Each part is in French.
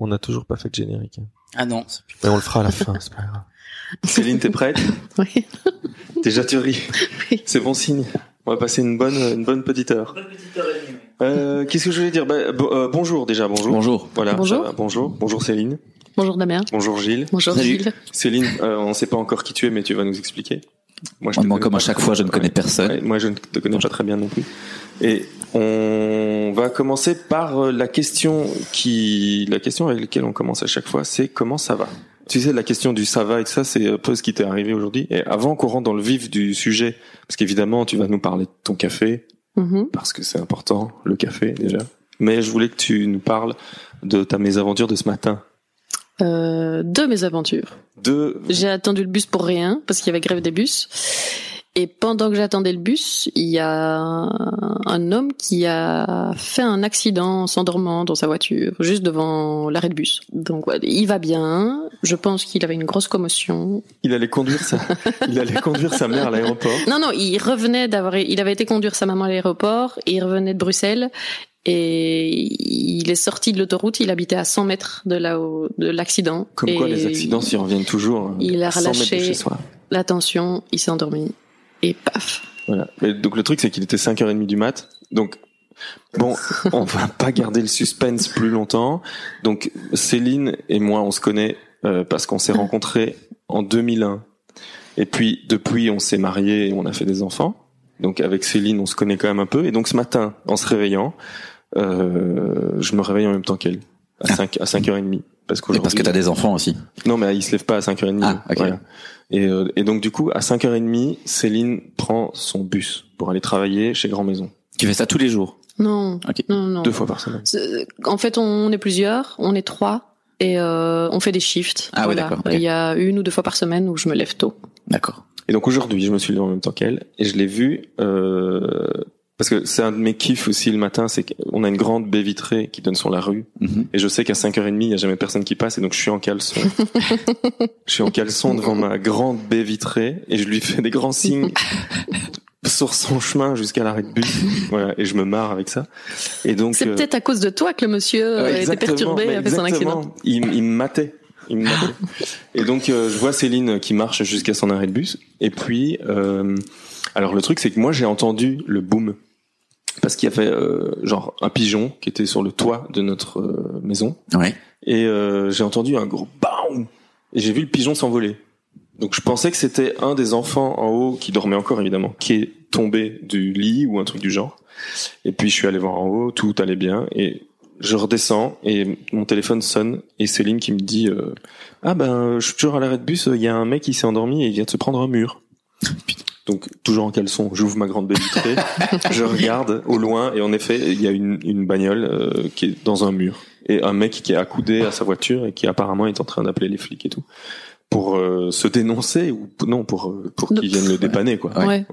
On n'a toujours pas fait de générique. Ah non. Mais on le fera à la fin, c'est pas grave. Céline, t'es prête? Oui. Déjà tu ris. Oui. C'est bon signe. On va passer une bonne petite heure. Qu'est-ce que je voulais dire? Bonjour déjà, bonjour. Bonjour. Voilà. Bonjour. Bonjour. Bonjour Céline. Bonjour Damien. Bonjour Gilles. Bonjour Salut. Gilles. Céline, on ne sait pas encore qui tu es, mais tu vas nous expliquer. Moi, Moi, comme à chaque fois, je ne connais personne. Ouais, moi, je ne te connais pas très bien non plus. Et on va commencer par la question avec laquelle on commence à chaque fois, c'est comment ça va? Tu sais, la question du ça va et tout ça, c'est un peu ce qui t'est arrivé aujourd'hui. Et avant qu'on rentre dans le vif du sujet, parce qu'évidemment, tu vas nous parler de ton café, parce que c'est important, le café, déjà. Mais je voulais que tu nous parles de ta mésaventure de ce matin. De mes aventures. J'ai attendu le bus pour rien, parce qu'il y avait grève des bus. Et pendant que j'attendais le bus, il y a un homme qui a fait un accident en s'endormant dans sa voiture, juste devant l'arrêt de bus. Donc, ouais, il va bien. Je pense qu'il avait une grosse commotion. Il allait conduire sa mère à l'aéroport. Non, il avait été conduire sa maman à l'aéroport, et il revenait de Bruxelles. Et il est sorti de l'autoroute, il habitait à 100 mètres de l'accident. Comme quoi les accidents s'y reviennent toujours. Il a 100 mètres de relâché chez soi. la tension, il s'est endormi. Et paf. Voilà. Et donc le truc c'est qu'il était 5h30 du mat. Donc bon, on va pas garder le suspense plus longtemps. Donc Céline et moi on se connaît parce qu'on s'est rencontrés en 2001. Et puis depuis on s'est mariés et on a fait des enfants. Donc avec Céline, on se connaît quand même un peu. Et donc ce matin, en se réveillant, je me réveille en même temps qu'elle, à 5h30. Et parce que t'as des enfants aussi. Non, mais il se lève pas à 5h30. Ah, ok. Voilà. Et donc du coup, à 5h30, Céline prend son bus pour aller travailler chez Grand Maison. Tu fais ça tous les jours? Non. Ok. Non. 2 fois par semaine. En fait, on est plusieurs, on est 3. Et on fait des shifts. Ah voilà. oui, d'accord. Okay. Il y a 1 ou 2 fois par semaine où je me lève tôt. D'accord. Et donc aujourd'hui, je me suis levé en même temps qu'elle et je l'ai vue parce que c'est un de mes kiffs aussi le matin, c'est qu'on a une grande baie vitrée qui donne sur la rue et je sais qu'à 5h30, il y a jamais personne qui passe et donc je suis en caleçon. Je suis en caleçon devant ma grande baie vitrée et je lui fais des grands signes sur son chemin jusqu'à l'arrêt de bus. Voilà, et je me marre avec ça. Et donc c'est peut-être à cause de toi que le monsieur était perturbé après son accident. Il me matait. Et donc je vois Céline qui marche jusqu'à son arrêt de bus et puis alors le truc c'est que moi j'ai entendu le boom parce qu'il y avait genre un pigeon qui était sur le toit de notre maison. Ouais. Et j'ai entendu un gros BAM et j'ai vu le pigeon s'envoler. Donc je pensais que c'était un des enfants en haut qui dormait encore évidemment qui est tombé du lit ou un truc du genre. Et puis je suis allé voir en haut, tout allait bien et je redescends et mon téléphone sonne et Céline qui me dit je suis toujours à l'arrêt de bus, il y a un mec qui s'est endormi et il vient de se prendre un mur. Donc toujours en caleçon, j'ouvre ma grande baie vitrée, je regarde au loin et en effet il y a une bagnole qui est dans un mur et un mec qui est accoudé à sa voiture et qui apparemment est en train d'appeler les flics et tout pour se dénoncer ou non pour qu'ils viennent le dépanner quoi. Ouais.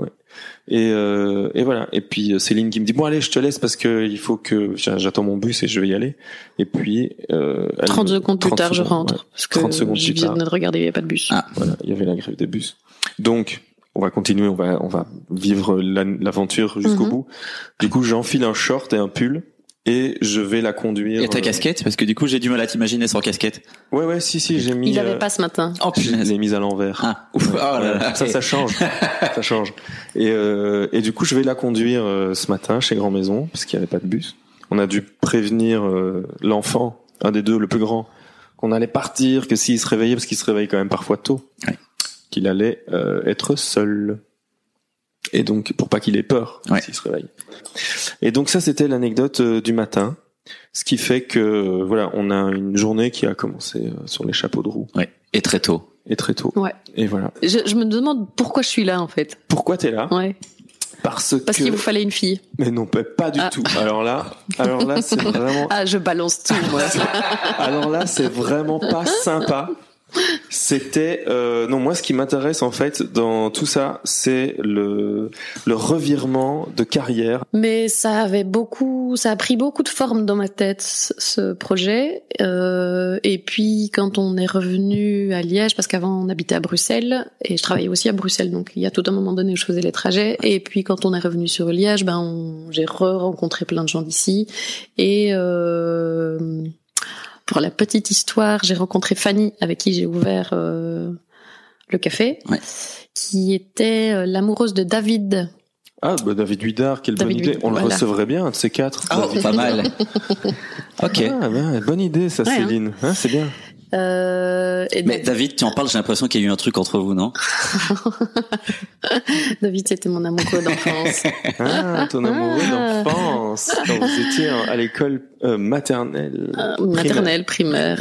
Et voilà. Et puis Céline qui me dit bon allez je te laisse parce que il faut que j'attends mon bus et je vais y aller. Et puis 30 secondes plus tard je rentre ouais, parce que 30 secondes je viens de regarder, il n'y a pas de bus. Ah voilà, il y avait la grève des bus. Donc on va continuer, on va vivre l'aventure jusqu'au bout. Du coup j'enfile un short et un pull. Et je vais la conduire. Et ta casquette? Parce que du coup, j'ai du mal à t'imaginer sans casquette. Ouais, si, j'ai mis. Il avait pas ce matin. Oh, je l'ai mise à l'envers. Ah, ouf. Ouais, oh là là. Ça change. Ça change. Et du coup, je vais la conduire ce matin chez Grand Maison, parce qu'il n'y avait pas de bus. On a dû prévenir l'enfant, un des deux, le plus grand, qu'on allait partir, que s'il se réveillait, parce qu'il se réveille quand même parfois tôt, qu'il allait être seul. Et donc, pour pas qu'il ait peur s'il se réveille. Et donc ça, c'était l'anecdote du matin. Ce qui fait que, voilà, on a une journée qui a commencé sur les chapeaux de roue. Ouais. Et très tôt. Ouais. Et voilà. Je me demande pourquoi je suis là, en fait. Pourquoi t'es là? Ouais. Parce qu'il vous fallait une fille. Mais non, pas du tout. Alors là, c'est vraiment... Ah, je balance tout, moi. Alors là, c'est vraiment pas sympa. C'était non, moi ce qui m'intéresse en fait dans tout ça, c'est le revirement de carrière. Mais ça a pris beaucoup de forme dans ma tête ce projet. Et puis quand on est revenu à Liège, parce qu'avant on habitait à Bruxelles et je travaillais aussi à Bruxelles, donc il y a tout un moment donné où je faisais les trajets. Et puis quand on est revenu sur Liège, j'ai rencontré plein de gens d'ici et pour la petite histoire, j'ai rencontré Fanny, avec qui j'ai ouvert le café, qui était l'amoureuse de David. Ah, bah David Huidard, quelle bonne idée. On le recevrait bien, un de ces quatre. Ah, pas mal. Ok. Ah, ben, bonne idée, ça, Céline. Hein, c'est bien. Mais David, tu en parles, j'ai l'impression qu'il y a eu un truc entre vous, non? David, c'était mon amoureux d'enfance. Ah, ton amoureux d'enfance. Quand vous étiez à l'école maternelle. Maternelle, primaire.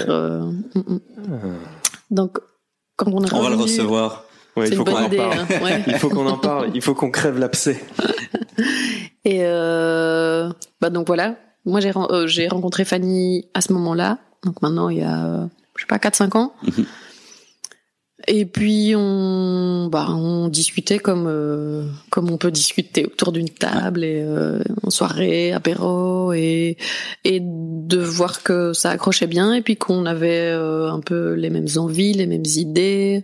Donc, quand on est revenu, on va le recevoir. Ouais, il faut qu'on en parle. Hein, ouais. Il faut qu'on en parle. Il faut qu'on crève l'abcès. Et donc voilà. Moi, j'ai rencontré Fanny à ce moment-là. Donc maintenant, il y a, je sais pas, 4-5 ans. Et puis on discutait comme on peut discuter autour d'une table et en soirée, apéro et de voir que ça accrochait bien et puis qu'on avait un peu les mêmes envies, les mêmes idées.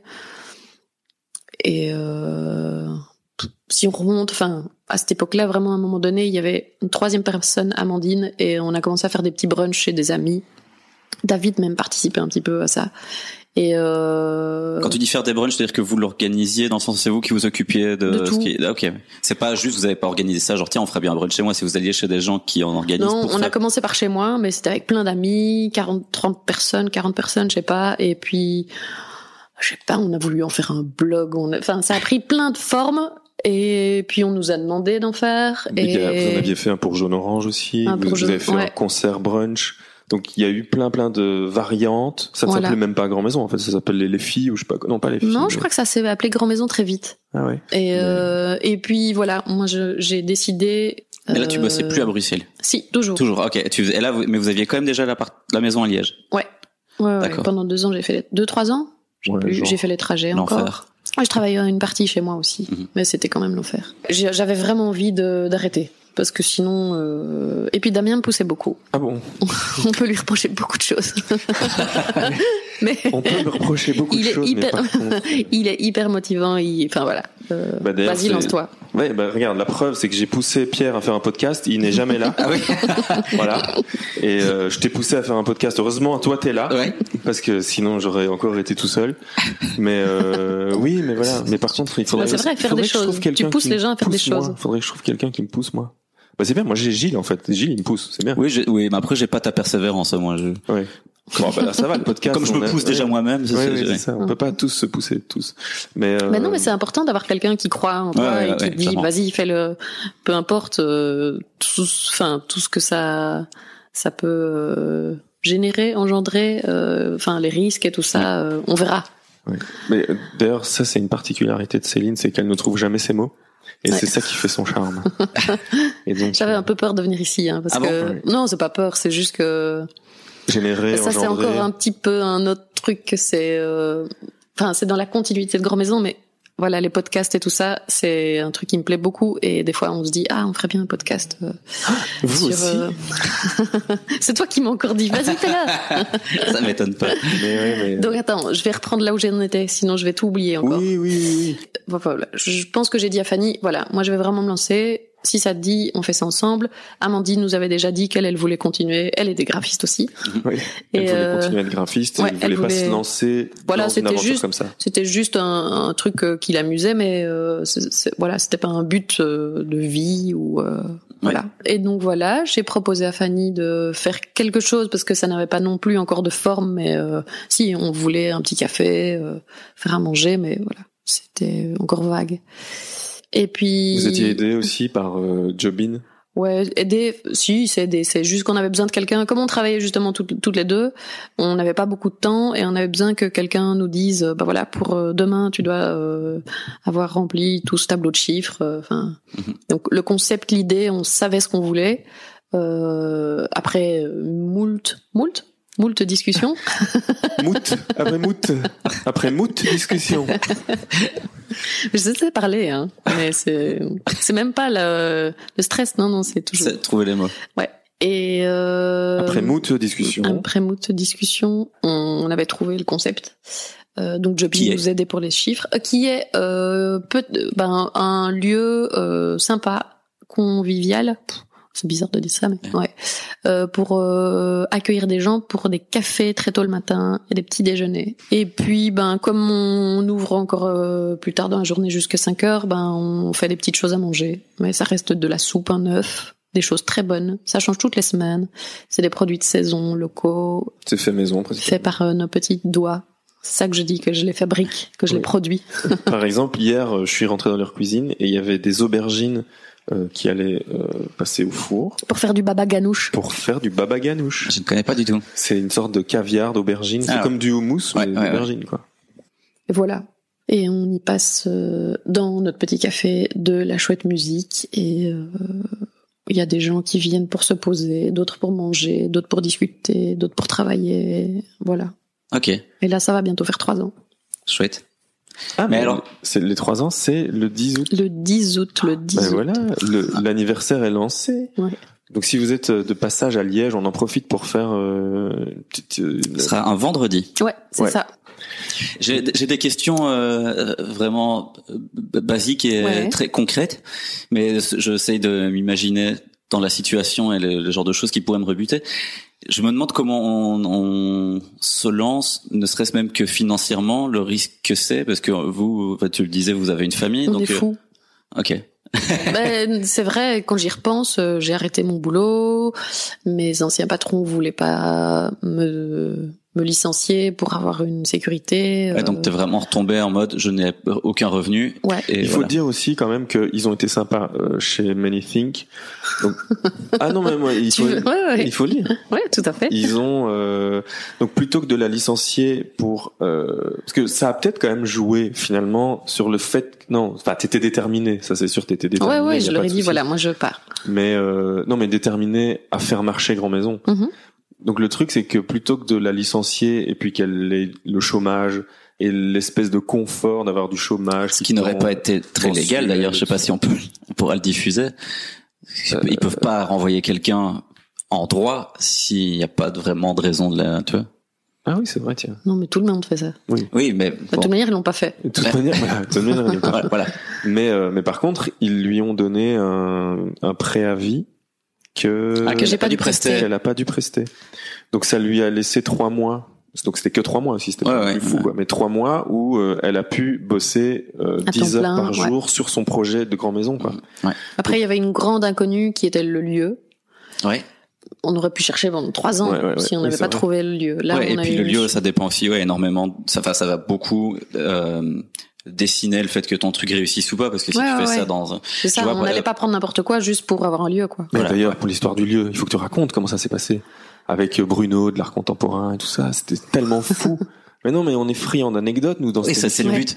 Et si on remonte, enfin à cette époque-là, vraiment à un moment donné, il y avait une troisième personne, Amandine, et on a commencé à faire des petits brunchs chez des amis. David même participait un petit peu à ça. Et quand tu dis faire des brunchs, c'est-à-dire que vous l'organisiez dans le sens c'est vous qui vous occupiez de tout. Ce qui est... Ok. C'est pas juste vous avez pas organisé ça, genre tiens on ferait bien un brunch chez moi, si vous alliez chez des gens qui en organisent. Non, on a commencé par chez moi, mais c'était avec plein d'amis, 40 personnes, je sais pas, et puis je sais pas, on a voulu en faire un blog, enfin ça a pris plein de formes. Et puis on nous a demandé d'en faire. Et vous en aviez fait un pour Jaune Orange aussi. Vous avez fait un concert brunch. Donc il y a eu plein de variantes. Ça ne s'appelait même pas Grand Maison en fait. Ça s'appelle les filles ou je sais pas. Non, pas les filles. Non, je crois que ça s'est appelé Grand Maison très vite. Ah ouais. Et puis voilà, moi j'ai décidé. Mais là tu bossais plus à Bruxelles. Si, toujours. Toujours. Ok. Et là, mais vous aviez quand même déjà la maison à Liège. Ouais. Pendant 2 ans, j'ai fait 2-3 ans. J'ai fait les trajets encore. Je travaillais une partie chez moi aussi, mais c'était quand même l'enfer. J'avais vraiment envie d'arrêter. Parce que sinon... Et puis Damien me poussait beaucoup. Ah bon? On peut lui reprocher beaucoup de choses. Mais on peut lui reprocher beaucoup de choses, mais par contre... Il est hyper motivant. Enfin voilà. Vas-y, lance-toi. Ouais, regarde, la preuve, c'est que j'ai poussé Pierre à faire un podcast. Il n'est jamais là. Ah oui. Voilà. Et je t'ai poussé à faire un podcast. Heureusement, toi, t'es là. Ouais. Parce que sinon, j'aurais encore été tout seul. Mais oui, mais voilà. Mais par contre, il faudrait... C'est vrai, faire des choses. Tu pousses les gens à faire des choses. Il faudrait que je trouve quelqu'un qui me pousse, moi. Bah c'est bien, moi j'ai Gilles en fait. Gilles il me pousse, c'est bien. Oui, mais après j'ai pas ta persévérance, moi. Oui. Bon, là, ça va le podcast. Comme je me pousse déjà moi-même. C'est ça. On peut pas tous se pousser tous. Mais non, mais c'est important d'avoir quelqu'un qui croit en toi et qui dit clairement. Vas-y, fais-le. Peu importe tout ce que ça peut générer, engendrer, les risques et tout ça, on verra. Oui. Mais d'ailleurs ça c'est une particularité de Céline, c'est qu'elle ne trouve jamais ses mots. Et c'est ça qui fait son charme. Et donc, j'avais un peu peur de venir ici, parce que non, c'est pas peur, c'est juste que générer, ça c'est encore un petit peu un autre truc que c'est c'est dans la continuité de Grand Maison, mais voilà, les podcasts et tout ça, c'est un truc qui me plaît beaucoup et des fois on se dit on ferait bien un podcast vous aussi. C'est toi qui m'as encore dit vas-y t'es là. Ça m'étonne pas. Mais... Donc attends, je vais reprendre là où j'en étais, sinon je vais tout oublier encore. Oui. Voilà, je pense que j'ai dit à Fanny, voilà, moi je vais vraiment me lancer. Si ça te dit, on fait ça ensemble. Amandine nous avait déjà dit qu'elle voulait continuer. Elle était graphiste aussi. Oui. Elle voulait continuer à être graphiste. Elle voulait pas se lancer dans une aventure comme ça. C'était juste un truc qui l'amusait, mais c'était pas un but de vie ou voilà. Et donc voilà, j'ai proposé à Fanny de faire quelque chose parce que ça n'avait pas non plus encore de forme, mais si on voulait un petit café, faire à manger, mais voilà, c'était encore vague. Et puis vous étiez aidé aussi par Jobin. Ouais, aider, si, c'est aider. C'est juste qu'on avait besoin de quelqu'un. Comme on travaillait justement toutes les deux, on n'avait pas beaucoup de temps et on avait besoin que quelqu'un nous dise, voilà, pour demain, tu dois avoir rempli tout ce tableau de chiffres. Donc le concept, l'idée, on savait ce qu'on voulait. Après moult discussions. Après moult discussions. Je sais parler, mais c'est même pas le stress, non, c'est toujours. C'est trouver les mots. Ouais. Et après moult discussions, on avait trouvé le concept. Donc Jobin nous aidait pour les chiffres, qui est un lieu sympa, convivial. C'est bizarre de dire ça, mais ouais. Pour accueillir des gens pour des cafés très tôt le matin et des petits déjeuners. Et puis, comme on ouvre encore plus tard dans la journée jusqu'à 5 heures, on fait des petites choses à manger. Mais ça reste de la soupe, un œuf, des choses très bonnes. Ça change toutes les semaines. C'est des produits de saison, locaux. C'est fait maison, presque. Fait par nos petits doigts. C'est ça que je dis, que je les fabrique, que je les produis. Par exemple, hier, je suis rentré dans leur cuisine et il y avait des aubergines qui allaient passer au four. Pour faire du baba ganoush. Je ne connais pas du tout. C'est une sorte de caviar d'aubergine. C'est comme du houmous, mais d'aubergine, quoi. Et voilà. Et on y passe dans notre petit café de la chouette musique et il y a des gens qui viennent pour se poser, d'autres pour manger, d'autres pour discuter, d'autres pour travailler. Voilà. Ok. Et là, ça va bientôt faire 3 ans. Chouette. Ah, mais alors, les 3 ans, c'est le 10 août. Le 10 août. Voilà, l'anniversaire est lancé. Ouais. Donc si vous êtes de passage à Liège, on en profite pour faire Ce sera un vendredi. Ouais, c'est ça. J'ai des questions vraiment basiques et très concrètes, mais j'essaye de m'imaginer dans la situation et le genre de choses qui pourraient me rebuter. Je me demande comment on se lance, ne serait-ce même que financièrement, le risque que c'est, parce que vous, tu le disais, vous avez une famille. On est fous. Ok. C'est vrai, quand j'y repense, j'ai arrêté mon boulot, mes anciens patrons voulaient pas me licencier pour avoir une sécurité. Donc t'es vraiment retombé en mode je n'ai aucun revenu. Ouais. Et il faut dire aussi quand même qu'ils ont été sympas chez Manythink. Donc... ah non mais moi, il faut le dire. Ouais, tout à fait. Ils ont donc plutôt que de la licencier pour parce que ça a peut-être quand même joué finalement sur le fait t'étais déterminé, ça c'est sûr, t'étais déterminé. Ouais, je leur ai dit voilà, moi je pars. Mais mais déterminé à faire marcher Grand Maison. Mm-hmm. Donc le truc c'est que plutôt que de la licencier et puis qu'elle ait le chômage et l'espèce de confort d'avoir du chômage, ce qui n'aurait pas été très légal d'ailleurs, je sais pas si on pourra le diffuser. Ils peuvent pas renvoyer quelqu'un en droit s'il n'y a pas vraiment de raison de la, tu vois. Ah oui, c'est vrai, tiens. Non, mais tout le monde fait ça. Oui, mais de toute manière, ils l'ont pas fait. De toute manière, ils l'ont pas fait. Voilà. Mais par contre, ils lui ont donné un préavis que j'ai pas dû prester. Elle a pas dû prester. Donc ça lui a laissé 3 mois. Donc c'était que 3 mois aussi, c'était pas plus fou, quoi. Mais 3 mois où elle a pu bosser 10 heures par jour sur son projet de Grand Maison, quoi. Ouais. Après, il y avait une grande inconnue qui était le lieu. Ouais. On aurait pu chercher pendant 3 ans si on n'avait pas trouvé le lieu. Là, et puis le lieu, ça dépend aussi, énormément. Ça va beaucoup dessiner le fait que ton truc réussisse ou pas, parce que si tu fais ça dans c'est ça, on n'allait pas prendre n'importe quoi juste pour avoir un lieu, quoi. Mais d'ailleurs, pour l'histoire du lieu, il faut que tu racontes comment ça s'est passé avec Bruno de l'art contemporain et tout ça. C'était tellement fou. Mais non, mais on est friand d'anecdotes, nous, dans ça, c'est le but.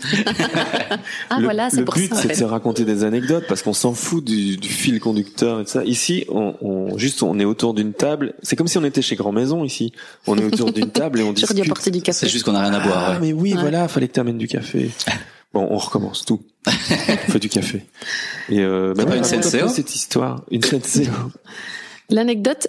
Voilà, c'est pour ça. Le but, c'est de se raconter des anecdotes, parce qu'on s'en fout du fil conducteur et tout ça. Ici, on est autour d'une table. C'est comme si on était chez Grand Maison, ici. On est autour d'une table et on discute. J'aurais dû apporter du café. C'est juste qu'on a rien à boire. Ah, mais oui, voilà, fallait que t'amènes du café. Bon, on recommence tout. On fait du café. Et, pas une scène cette histoire. Une scène L'anecdote,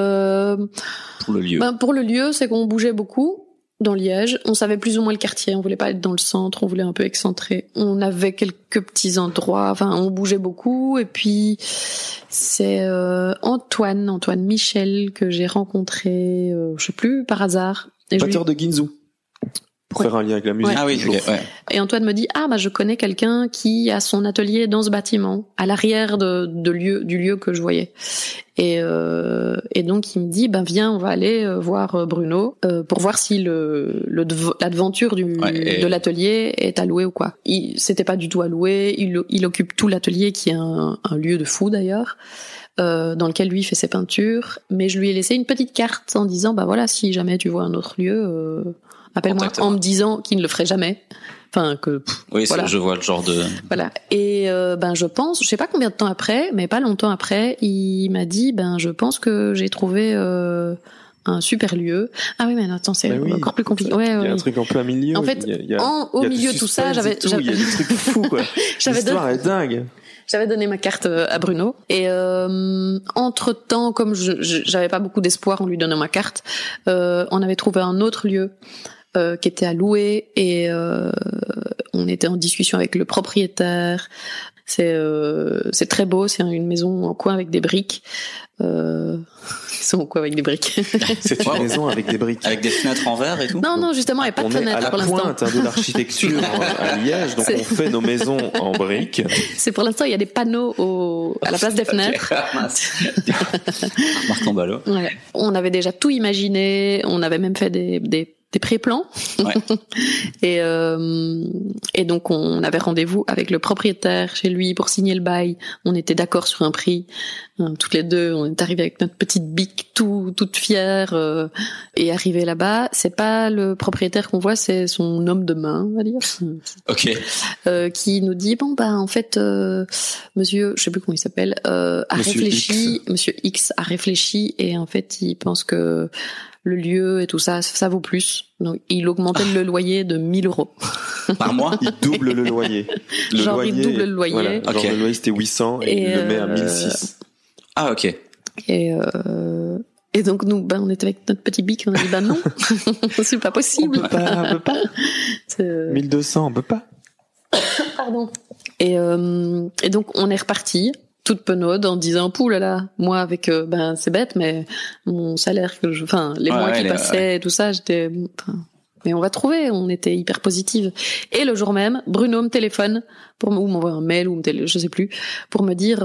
pour le lieu. Pour le lieu, c'est qu'on bougeait beaucoup dans Liège. On savait plus ou moins le quartier. On voulait pas être dans le centre. On voulait un peu excentrer. On avait quelques petits endroits. Enfin, on bougeait beaucoup. Et puis, c'est Antoine Michel que j'ai rencontré, je sais plus, par hasard. Batteur de Ginzu. Pour faire un lien avec la musique. Ah oui, okay, Et Antoine me dit, je connais quelqu'un qui a son atelier dans ce bâtiment, à l'arrière du lieu que je voyais. Et donc il me dit, viens, on va aller voir Bruno, pour voir si l'aventure de l'atelier est allouée ou quoi. C'était pas du tout alloué, il occupe tout l'atelier, qui est un lieu de fou d'ailleurs, dans lequel lui fait ses peintures, mais je lui ai laissé une petite carte en disant, voilà, si jamais tu vois un autre lieu, appelle-moi, en me disant qu'il ne le ferait jamais. Enfin, que, voilà. Je vois le genre de... Voilà. Et, je pense, je sais pas combien de temps après, mais pas longtemps après, il m'a dit, je pense que j'ai trouvé, un super lieu. Ah oui, mais attends, c'est encore plus compliqué. Il y a un truc en plein milieu. En fait, au milieu de tout ça, il y a des trucs fous, quoi. L'histoire est dingue. J'avais donné ma carte à Bruno et entre-temps, comme j'avais pas beaucoup d'espoir en lui donnant ma carte, on avait trouvé un autre lieu qui était à louer et on était en discussion avec le propriétaire. C'est très beau, c'est une maison en coin avec des briques. Ils sont en coin avec des briques. C'est une maison avec des briques. Avec des fenêtres en verre et tout? Non, justement, il n'y a pas de fenêtres pour l'instant. On est à la pointe de l'architecture à Liège, donc on fait nos maisons en briques. C'est pour l'instant, il y a des panneaux à la place des fenêtres. Marc en ballot. Ouais. On avait déjà tout imaginé, on avait même fait des pré-plans. Ouais. Et donc on avait rendez-vous avec le propriétaire chez lui pour signer le bail. On était d'accord sur un prix. Toutes les deux, on est arrivé avec notre petite bique toute fière et arrivé là-bas, c'est pas le propriétaire qu'on voit, c'est son homme de main, on va dire. OK. Qui nous dit en fait monsieur, je sais plus comment il s'appelle, a réfléchi, monsieur X a réfléchi et en fait, il pense que le lieu et tout ça, ça vaut plus. Donc, il augmentait le loyer de 1 000 €. Par mois? Il double le loyer. Il double le loyer. Voilà, okay. Le loyer, c'était 800 et il le met à 1 600. Ah, ok. Et donc, nous, on était avec notre petit bic, on a dit, non, c'est pas possible. On peut pas. 1200, on peut pas. Pardon. Et donc, on est reparti. Toute penaude en disant poulala, moi avec c'est bête mais mon salaire les mois qui passaient et tout ça, mais on va trouver, on était hyper positive. Et le jour même, Bruno me téléphone ou m'envoie un mail je sais plus, pour me dire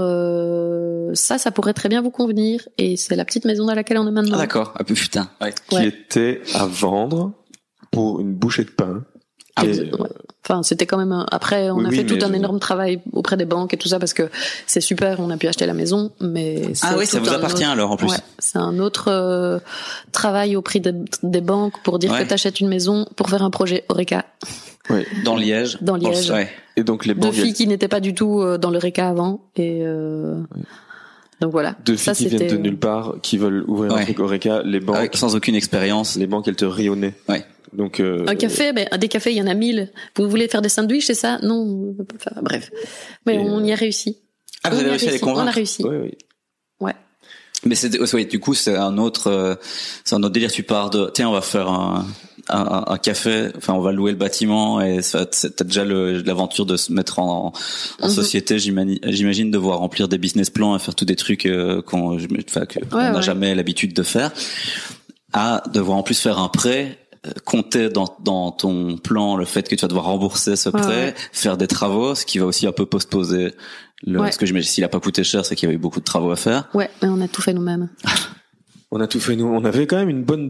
ça pourrait très bien vous convenir et c'est la petite maison dans laquelle on est maintenant. Ah d'accord, ah putain. Ouais. Qui était à vendre pour une bouchée de pain. Enfin, c'était quand même après on a fait tout un énorme travail auprès des banques et tout ça parce que c'est super, on a pu acheter la maison, mais ça vous appartient alors en plus. Ouais, c'est un autre travail auprès des banques pour dire que t'achètes une maison pour faire un projet Horeca. Oui, dans Liège. Dans Liège. Ouais. Et donc les banques. Deux filles qui n'étaient pas du tout dans le Horeca avant et donc voilà. Deux filles qui viennent de nulle part, qui veulent ouvrir un truc Horeca, les banques sans aucune expérience. Les banques elles te rient au nez. Ouais. Donc un café, des cafés, il y en a 1000. Vous voulez faire des sandwichs, c'est ça? Non, on peut pas faire. Bref. Mais on y a réussi. Ah, vous avez réussi à les convaincre? On a réussi. Oui. Ouais. Mais du coup, c'est un autre délire. Tu pars de, tiens, on va faire un café, enfin, on va louer le bâtiment et t'as déjà l'aventure de se mettre en société, j'imagine, devoir remplir des business plans et faire tous des trucs qu'on n'a jamais l'habitude de faire, à devoir en plus faire un prêt. Compter dans ton plan le fait que tu vas devoir rembourser ce prêt, faire des travaux, ce qui va aussi un peu postposer parce que j'imagine s'il a pas coûté cher, c'est qu'il y avait beaucoup de travaux à faire. Ouais, mais on a tout fait nous-mêmes. On a tout fait nous. On avait quand même une bonne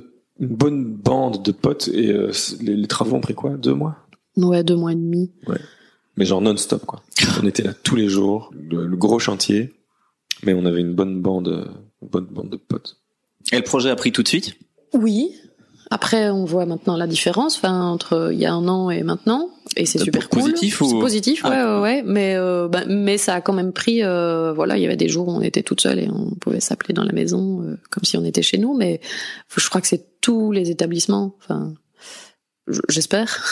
bande de potes et les travaux ont pris quoi? 2 mois? Ouais, 2 mois et demi. Ouais. Mais genre non-stop quoi. On était là tous les jours, le gros chantier, mais on avait une bonne bande de potes. Et le projet a pris tout de suite? Oui. Après, on voit maintenant la différence, entre il y a 1 an et maintenant, et c'est super cool. Positif ou? C'est positif, ouais. Mais ça a quand même pris, il y avait des jours où on était toute seule et on pouvait s'appeler dans la maison, comme si on était chez nous, mais je crois que c'est tous les établissements, j'espère.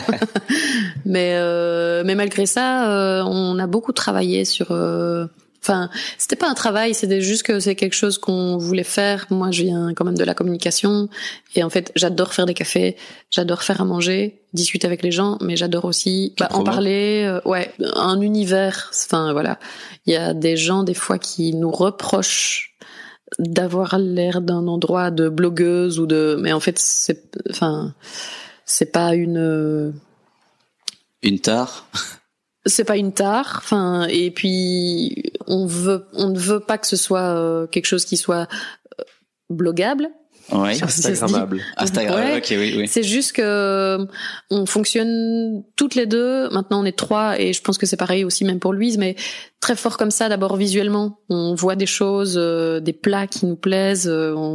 mais malgré ça, on a beaucoup travaillé sur, c'était pas un travail, c'était juste que c'est quelque chose qu'on voulait faire. Moi, je viens quand même de la communication et en fait, j'adore faire des cafés, j'adore faire à manger, discuter avec les gens, mais j'adore aussi en parler. Un univers. Il y a des gens des fois qui nous reprochent d'avoir l'air d'un endroit de blogueuse mais en fait, c'est pas une tare. C'est pas une tare, et puis on ne veut pas que ce soit quelque chose qui soit bloguable. Ouais. Instagrammable. Ouais. Ok, oui. C'est juste que on fonctionne toutes les deux. Maintenant, on est 3 et je pense que c'est pareil aussi même pour Louise, mais très fort comme ça. D'abord visuellement, on voit des choses, des plats qui nous plaisent.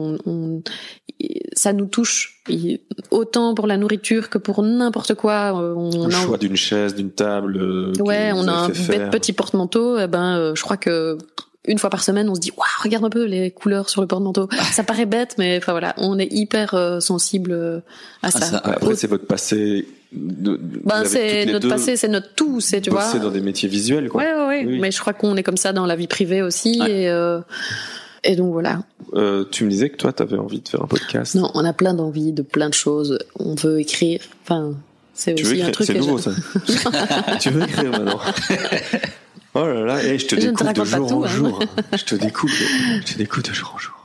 Ça nous touche. Autant pour la nourriture que pour n'importe quoi. Le choix d'une chaise, d'une table. On a un bête petit porte-manteau. Je crois que une fois par semaine, on se dit waouh, regarde un peu les couleurs sur le porte-manteau. Ça paraît bête, mais on est hyper sensible à ça. Après, c'est votre passé. C'est notre passé, c'est notre tout, tu vois. C'est dans des métiers visuels, quoi. Ouais. Oui. Mais je crois qu'on est comme ça dans la vie privée aussi, et donc voilà. Tu me disais que toi, t'avais envie de faire un podcast. Non, on a plein d'envies de plein de choses. On veut écrire. C'est aussi un truc. C'est nouveau ça. Tu veux écrire maintenant? Oh là là, et je te découvre de jour en jour. Je te découvre de jour en jour.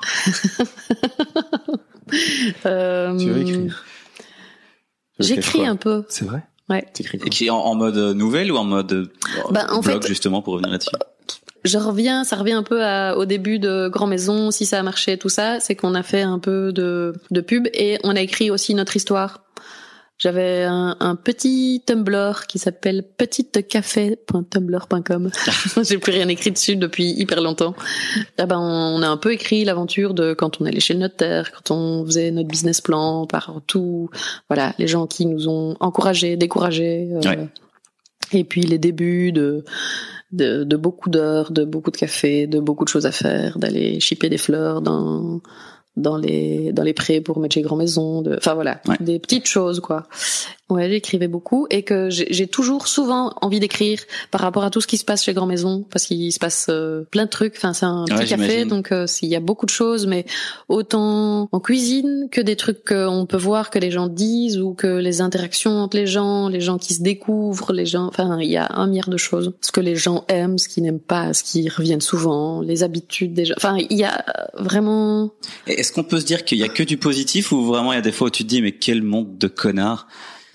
Tu veux écrire? J'écris un peu. C'est vrai? Ouais. T'écris en mode nouvelle ou en mode blog, justement, pour revenir là-dessus? Ça revient un peu au début de Grand Maison, si ça a marché, tout ça, c'est qu'on a fait un peu de pub et on a écrit aussi notre histoire. J'avais un petit Tumblr qui s'appelle petitecafé.tumblr.com. J'ai plus rien écrit dessus depuis hyper longtemps. On a un peu écrit l'aventure de quand on allait chez le notaire, quand on faisait notre business plan, par tout, voilà, les gens qui nous ont encouragés, découragés, et puis les débuts de beaucoup d'heures, de beaucoup de café, de beaucoup de choses à faire, d'aller chipper des fleurs dans les prés pour mettre chez Grand Maison, enfin voilà, des petites choses quoi. Ouais, j'écrivais beaucoup et que j'ai toujours souvent envie d'écrire par rapport à tout ce qui se passe chez Grand Maison parce qu'il se passe plein de trucs. Enfin, c'est un petit café, donc il y a beaucoup de choses, mais autant en cuisine que des trucs qu'on peut voir, que les gens disent ou que les interactions entre les gens qui se découvrent, les gens. Enfin, il y a un milliard de choses. Ce que les gens aiment, ce qu'ils n'aiment pas, ce qui reviennent souvent, les habitudes des gens. Enfin, il y a vraiment. Est-ce qu'on peut se dire qu'il y a que du positif ou vraiment il y a des fois où tu te dis mais quel monde de connards?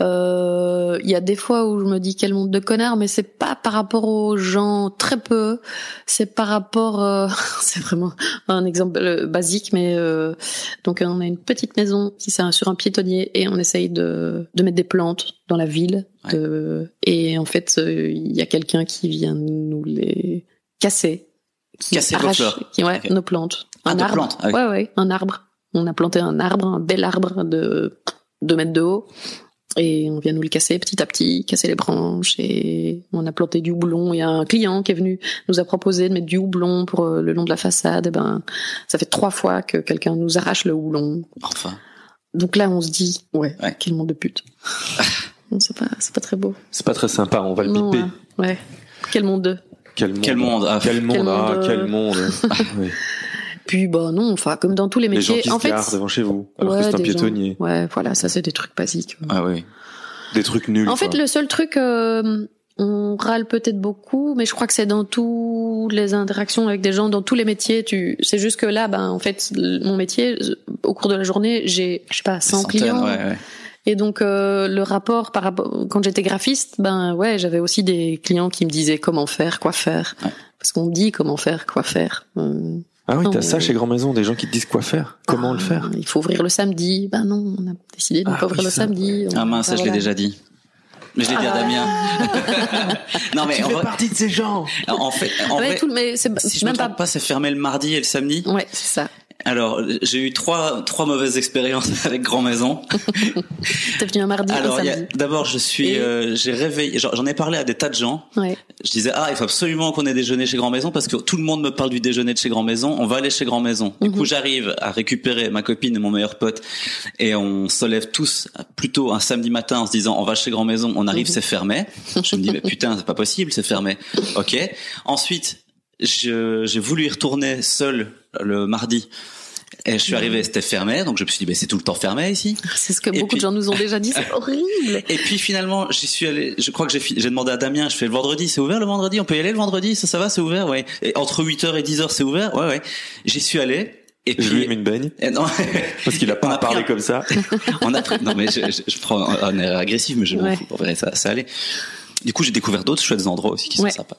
Il y a des fois où je me dis quel monde de connards, mais c'est pas par rapport aux gens, très peu. C'est par rapport, c'est vraiment un exemple basique, mais donc on a une petite maison qui est sur un piétonnier et on essaye de mettre des plantes dans la ville. Et en fait, il y a quelqu'un qui vient nous les casser, qui arrache nos plantes. Un arbre. Plantes. Ah oui. Ouais, un arbre. On a planté un arbre, un bel arbre de 2 mètres de haut. Et on vient nous le casser petit à petit, casser les branches, et on a planté du houblon. Il y a un client qui est venu nous a proposé de mettre du houblon pour le long de la façade. Et ça fait 3 fois que quelqu'un nous arrache le houblon. Enfin. Donc là, on se dit, quel monde de pute. c'est pas très beau. C'est pas très sympa, on va le biper. Ouais. Quel monde de. Quel monde. Oui. Puis non, enfin comme dans tous les métiers, les gens qui se garent devant chez vous, alors que c'est un piétonnier. Ouais, voilà, ça c'est des trucs basiques. Ah oui. Des trucs nuls. En fait, le seul truc, on râle peut-être beaucoup, mais je crois que c'est dans toutes les interactions avec des gens, dans tous les métiers. C'est juste que là, en fait, mon métier, au cours de la journée, j'ai, je sais pas, 100 clients. Ouais. Et donc le rapport quand j'étais graphiste, j'avais aussi des clients qui me disaient comment faire, quoi faire, parce qu'on me dit comment faire, quoi faire. Ah oui, t'as ça chez Grand Maison, des gens qui te disent quoi faire, comment le faire. Il faut ouvrir le samedi. Non, on a décidé de ne pas ouvrir le samedi. Ah mince, ça je l'ai déjà dit. Mais je l'ai dit à Damien. Non mais tu fais partie de ces gens. En fait, si je me trompe pas, c'est fermé le mardi et le samedi. Ouais, c'est ça. Alors, j'ai eu trois mauvaises expériences avec Grand Maison. T'es venu un mardi, alors, un samedi. D'abord, j'ai réveillé, j'en ai parlé à des tas de gens. Ouais. Je disais, il faut absolument qu'on ait déjeuner chez Grand Maison parce que tout le monde me parle du déjeuner de chez Grand Maison. On va aller chez Grand Maison. Du coup, j'arrive à récupérer ma copine et mon meilleur pote et on se lève tous plutôt un samedi matin en se disant, on va chez Grand Maison. On arrive, c'est fermé. Je me dis, mais putain, c'est pas possible, c'est fermé. Ok. Ensuite, j'ai voulu y retourner seul le mardi. Et je suis arrivé, c'était fermé, donc je me suis dit, c'est tout le temps fermé ici. C'est ce que beaucoup de gens nous ont déjà dit, c'est horrible. Et puis finalement, j'y suis allé, je crois que j'ai demandé à Damien, je fais le vendredi, c'est ouvert le vendredi? On peut y aller le vendredi? Ça va, c'est ouvert? Ouais. Et entre 8h et 10h, c'est ouvert? Ouais. J'y suis allé. Et puis, je lui ai mis une baigne. Non. Parce qu'il a pas parlé comme ça. Non, mais je prends un air agressif, mais je m'en fous. En vrai, ça allait. Du coup, j'ai découvert d'autres chouettes endroits aussi qui sont sympas.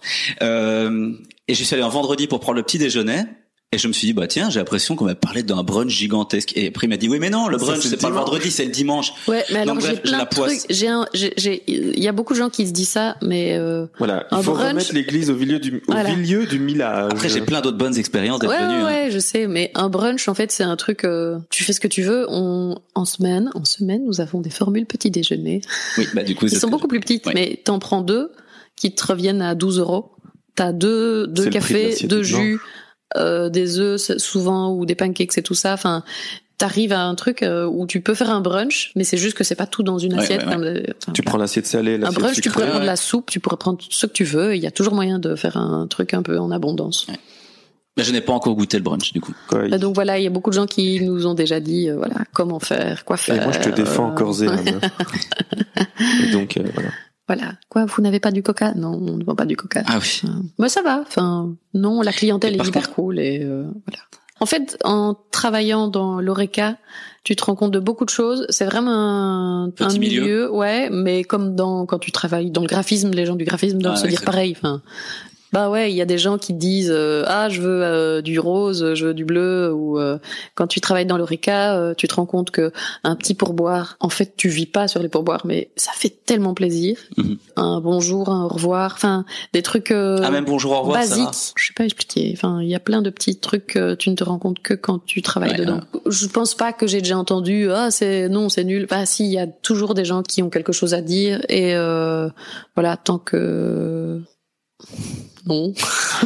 Et j'y suis allé un vendredi pour prendre le petit déjeuner. Et je me suis dit, tiens, j'ai l'impression qu'on m'a parlé d'un brunch gigantesque. Et après, il m'a dit, oui, mais non, le brunch, c'est pas le vendredi, c'est le dimanche. Ouais, mais alors, donc, j'ai plein de trucs. Il y a beaucoup de gens qui se disent ça, mais, voilà. Il faut remettre l'église au milieu du village. Après, j'ai plein d'autres bonnes expériences d'être venu. Ouais, je sais, mais un brunch, en fait, c'est un truc, tu fais ce que tu veux. En semaine, nous avons des formules petit déjeuner. Oui, du coup, ils sont beaucoup plus petites, mais t'en prends 2 qui te reviennent à 12 €. T'as deux cafés, 2 jus. Des œufs souvent ou des pancakes et tout ça. Enfin, t'arrives à un truc où tu peux faire un brunch, mais c'est juste que c'est pas tout dans une assiette. Tu prends l'assiette salée, l'assiette sucrée. Un brunch, sucrée, tu pourrais prendre de la soupe, tu pourrais prendre ce que tu veux. Il y a toujours moyen de faire un truc un peu en abondance. Ouais. Mais je n'ai pas encore goûté le brunch, du coup. Donc voilà, il y a beaucoup de gens qui nous ont déjà dit, voilà, comment faire, quoi faire. Et moi, je te défends corps et âme. Et donc, voilà. Voilà. Quoi, vous n'avez pas du coca? Non, on ne vend pas du coca. Ah oui. Mais ça va. Enfin, non, la clientèle est hyper cool et voilà. En fait, en travaillant dans l'Horeca, tu te rends compte de beaucoup de choses. C'est vraiment un milieu, ouais, mais comme quand tu travailles dans le graphisme, les gens du graphisme doivent se dire pareil. Enfin, bah ouais, il y a des gens qui te disent je veux du rose, je veux du bleu, ou quand tu travailles dans l'Horeca, tu te rends compte que un petit pourboire, en fait, tu vis pas sur les pourboires, mais ça fait tellement plaisir. Un bonjour, un au revoir, enfin des trucs même bonjour au revoir, basiques. Ça va. Je sais pas expliquer. Enfin, il y a plein de petits trucs que tu ne te rends compte que quand tu travailles dedans. Je pense pas que j'ai déjà entendu c'est nul. Bah si, il y a toujours des gens qui ont quelque chose à dire et voilà, tant que non.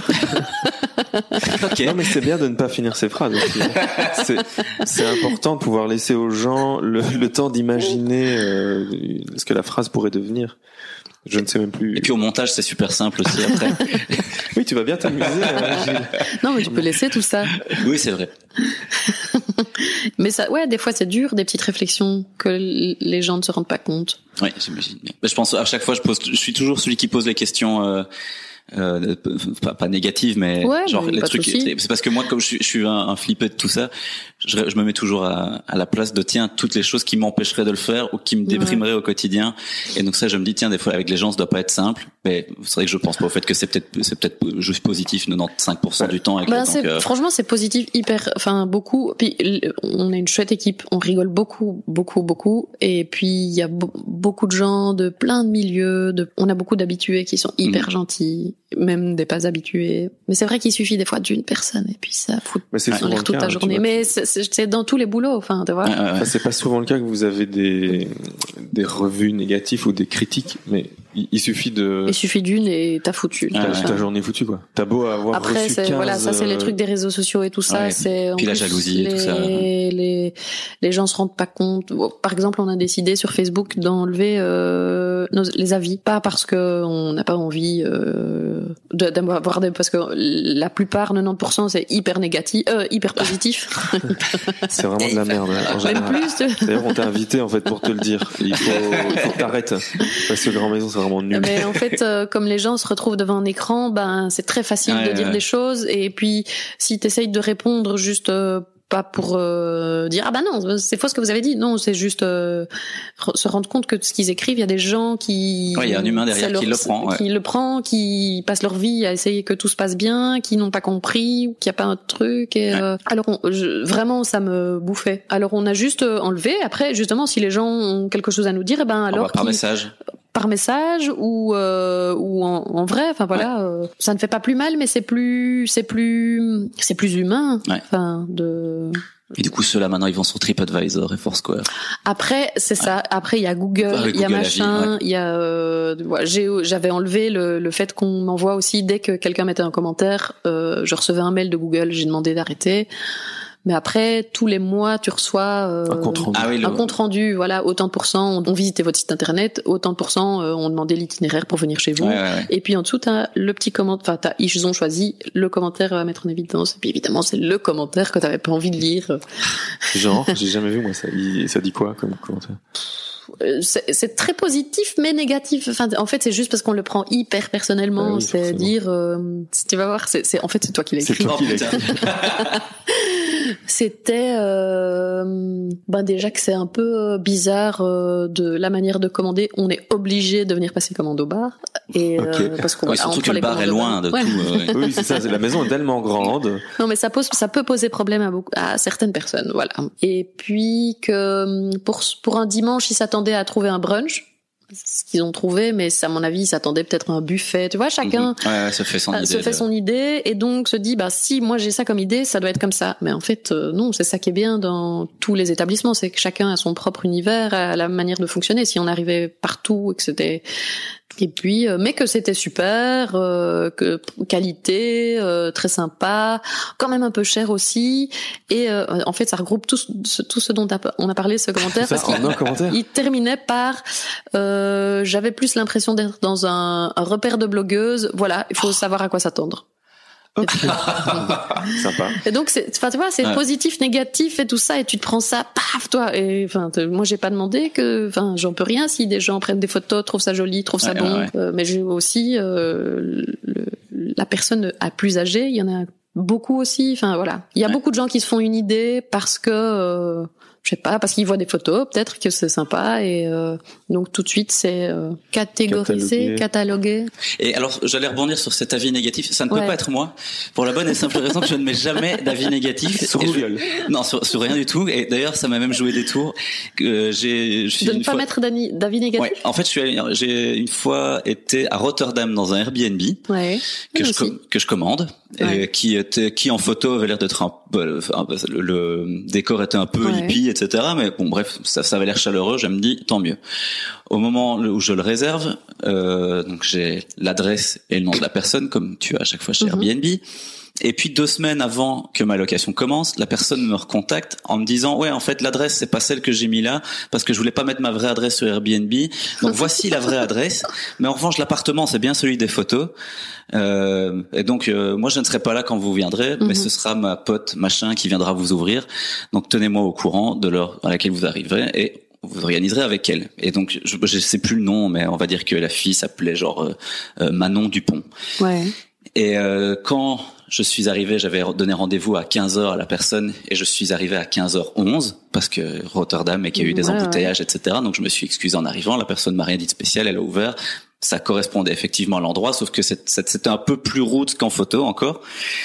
Okay. Non, mais c'est bien de ne pas finir ses phrases aussi. C'est important de pouvoir laisser aux gens le temps d'imaginer ce que la phrase pourrait devenir. Je ne sais même plus. Et puis au montage, c'est super simple aussi après. Oui, tu vas bien t'amuser, Gilles. Non, mais tu peux laisser tout ça. Oui, c'est vrai. Mais ça, ouais, des fois c'est dur, des petites réflexions que les gens ne se rendent pas compte. Oui, j'imagine bien. Mais je pense à chaque fois, je suis toujours celui qui pose les questions. Pas négative, mais genre mais les trucs. C'est parce que moi, comme je suis un flippé de tout ça, je me mets toujours à la place de toutes les choses qui m'empêcheraient de le faire ou qui me déprimeraient au quotidien. Et donc ça, je me dis je fois avec les gens, ça doit pas être simple. Mais c'est vrai que je pense pas au fait que c'est peut-être juste positif 95% du temps. Franchement, c'est positif beaucoup. Puis on a une chouette équipe, on rigole beaucoup. Et puis il y a beaucoup de gens de plein de milieux. On a beaucoup d'habitués qui sont hyper gentils. Même des pas habitués. Mais c'est vrai qu'il suffit des fois d'une personne et puis ça fout en l'air toute ta journée. Mais c'est dans tous les boulots, enfin, tu vois. C'est pas souvent le cas que vous avez des revues négatives ou des critiques, mais il suffit d'une et t'as foutu. Ta journée foutue, quoi. T'as beau avoir reçu 15... Voilà, ça c'est les trucs des réseaux sociaux et tout ça. C'est puis la jalousie et tout ça. Les gens se rendent pas compte. Par exemple, on a décidé sur Facebook d'enlever les avis, pas parce que on n'a pas envie d'avoir parce que la plupart 90% c'est hyper négatif, hyper positif. C'est vraiment de la merde en général. Même plus. D'ailleurs, on t'a invité en fait pour te le dire. Il faut que t'arrêtes parce que Grand Maison c'est vraiment nul. Mais en fait, comme les gens se retrouvent devant un écran, c'est très facile de dire des choses et puis si t'essayes de répondre juste pas pour dire non, c'est faux ce que vous avez dit. Non, c'est juste se rendre compte que ce qu'ils écrivent, il y a des gens qui il y a un humain derrière qui le prend, qui passent leur vie à essayer que tout se passe bien, qui n'ont pas compris ou qu'il n'y a pas un truc et alors vraiment ça me bouffait. Alors on a juste enlevé. Après justement si les gens ont quelque chose à nous dire, alors par message ou en vrai, enfin voilà, ça ne fait pas plus mal, mais c'est plus humain. Et du coup, ceux-là, maintenant, ils vont sur TripAdvisor et Foursquare. Après, c'est ça. Après, il y a Google, il y a machin, il y a, j'avais enlevé le fait qu'on m'envoie aussi, dès que quelqu'un mettait un commentaire, je recevais un mail de Google, j'ai demandé d'arrêter. Mais après, tous les mois, tu reçois un compte rendu. Un compte rendu. Voilà, autant de pourcents ont visité votre site internet, autant de pourcents ont demandé l'itinéraire pour venir chez vous. Et puis en dessous, t'as le petit commentaire. Enfin, ils ont choisi le commentaire à mettre en évidence. Et puis évidemment, c'est le commentaire que t'avais pas envie de lire. Genre, j'ai jamais vu moi ça. Ça dit quoi comme commentaire? C'est très positif mais négatif. Enfin, en fait, c'est juste parce qu'on le prend hyper personnellement. Oui, c'est dire, tu vas voir, en fait, c'est toi qui l'as écrit. C'est toi qui l'as écrit. C'était déjà que c'est un peu bizarre de la manière de commander. On est obligé de venir passer commande au bar et parce qu'on surtout que le bar est loin de tout. Oui, c'est ça. La maison est tellement grande. Non, mais ça peut poser problème à certaines personnes, voilà. Et puis que pour un dimanche, ils s'attendaient à trouver un brunch. Ce qu'ils ont trouvé, mais à mon avis, ils s'attendaient peut-être à un buffet. Tu vois, chacun se fait son idée et donc se dit, si moi j'ai ça comme idée, ça doit être comme ça. Mais en fait, non, c'est ça qui est bien dans tous les établissements, c'est que chacun a son propre univers, a la manière de fonctionner. Si on arrivait partout et que c'était et puis mais que c'était super, que qualité, très sympa, quand même un peu cher aussi. Et en fait, ça regroupe tout ce dont on a parlé, ce commentaire, parce qu'il terminait par j'avais plus l'impression d'être dans un repère de blogueuses. Voilà, il faut savoir à quoi s'attendre. Okay. Sympa. Et donc tu vois, c'est positif, négatif et tout ça, et tu te prends ça, paf, toi. Et enfin, moi j'ai pas demandé j'en peux rien si des gens prennent des photos, trouvent ça joli, trouvent ça bon. Mais j'ai aussi la personne à plus âgée, il y en a beaucoup aussi. Enfin voilà, il y a beaucoup de gens qui se font une idée parce que je sais pas, parce qu'ils voient des photos, peut-être que c'est sympa, et donc tout de suite c'est catégorisé, catalogué. Et alors j'allais rebondir sur cet avis négatif. Ça ne peut pas être moi, pour la bonne et simple raison que je ne mets jamais d'avis négatif. Sur Google. Non, sur rien du tout. Et d'ailleurs ça m'a même joué des tours. De ne pas mettre d'avis négatif. Ouais. En fait j'ai une fois été à Rotterdam dans un Airbnb que je commande, et qui en photo avait l'air d'être le décor était un peu hippie, etc. Mais bon, bref, ça avait l'air chaleureux. Je me dis, tant mieux. Au moment où je le réserve, donc j'ai l'adresse et le nom de la personne, comme tu as à chaque fois chez Airbnb. Et puis 2 semaines avant que ma location commence, la personne me recontacte en me disant ouais, en fait l'adresse c'est pas celle que j'ai mis là parce que je voulais pas mettre ma vraie adresse sur Airbnb. Donc voici la vraie adresse, mais en revanche l'appartement c'est bien celui des photos. Et donc moi je ne serai pas là quand vous viendrez, mais ce sera ma pote machin qui viendra vous ouvrir. Donc tenez-moi au courant de l'heure à laquelle vous arriverez et vous organiserez avec elle. Et donc je sais plus le nom, mais on va dire que la fille s'appelait genre Manon Dupont. Ouais. Et quand je suis arrivé, j'avais donné rendez-vous à 15h à la personne et je suis arrivé à 15h11 parce que Rotterdam et qu'il y a eu des embouteillages, etc. Donc je me suis excusé en arrivant, la personne m'a rien dit de spécial, elle a ouvert. Ça correspondait effectivement à l'endroit, sauf que c'était un peu plus rude qu'en photo encore.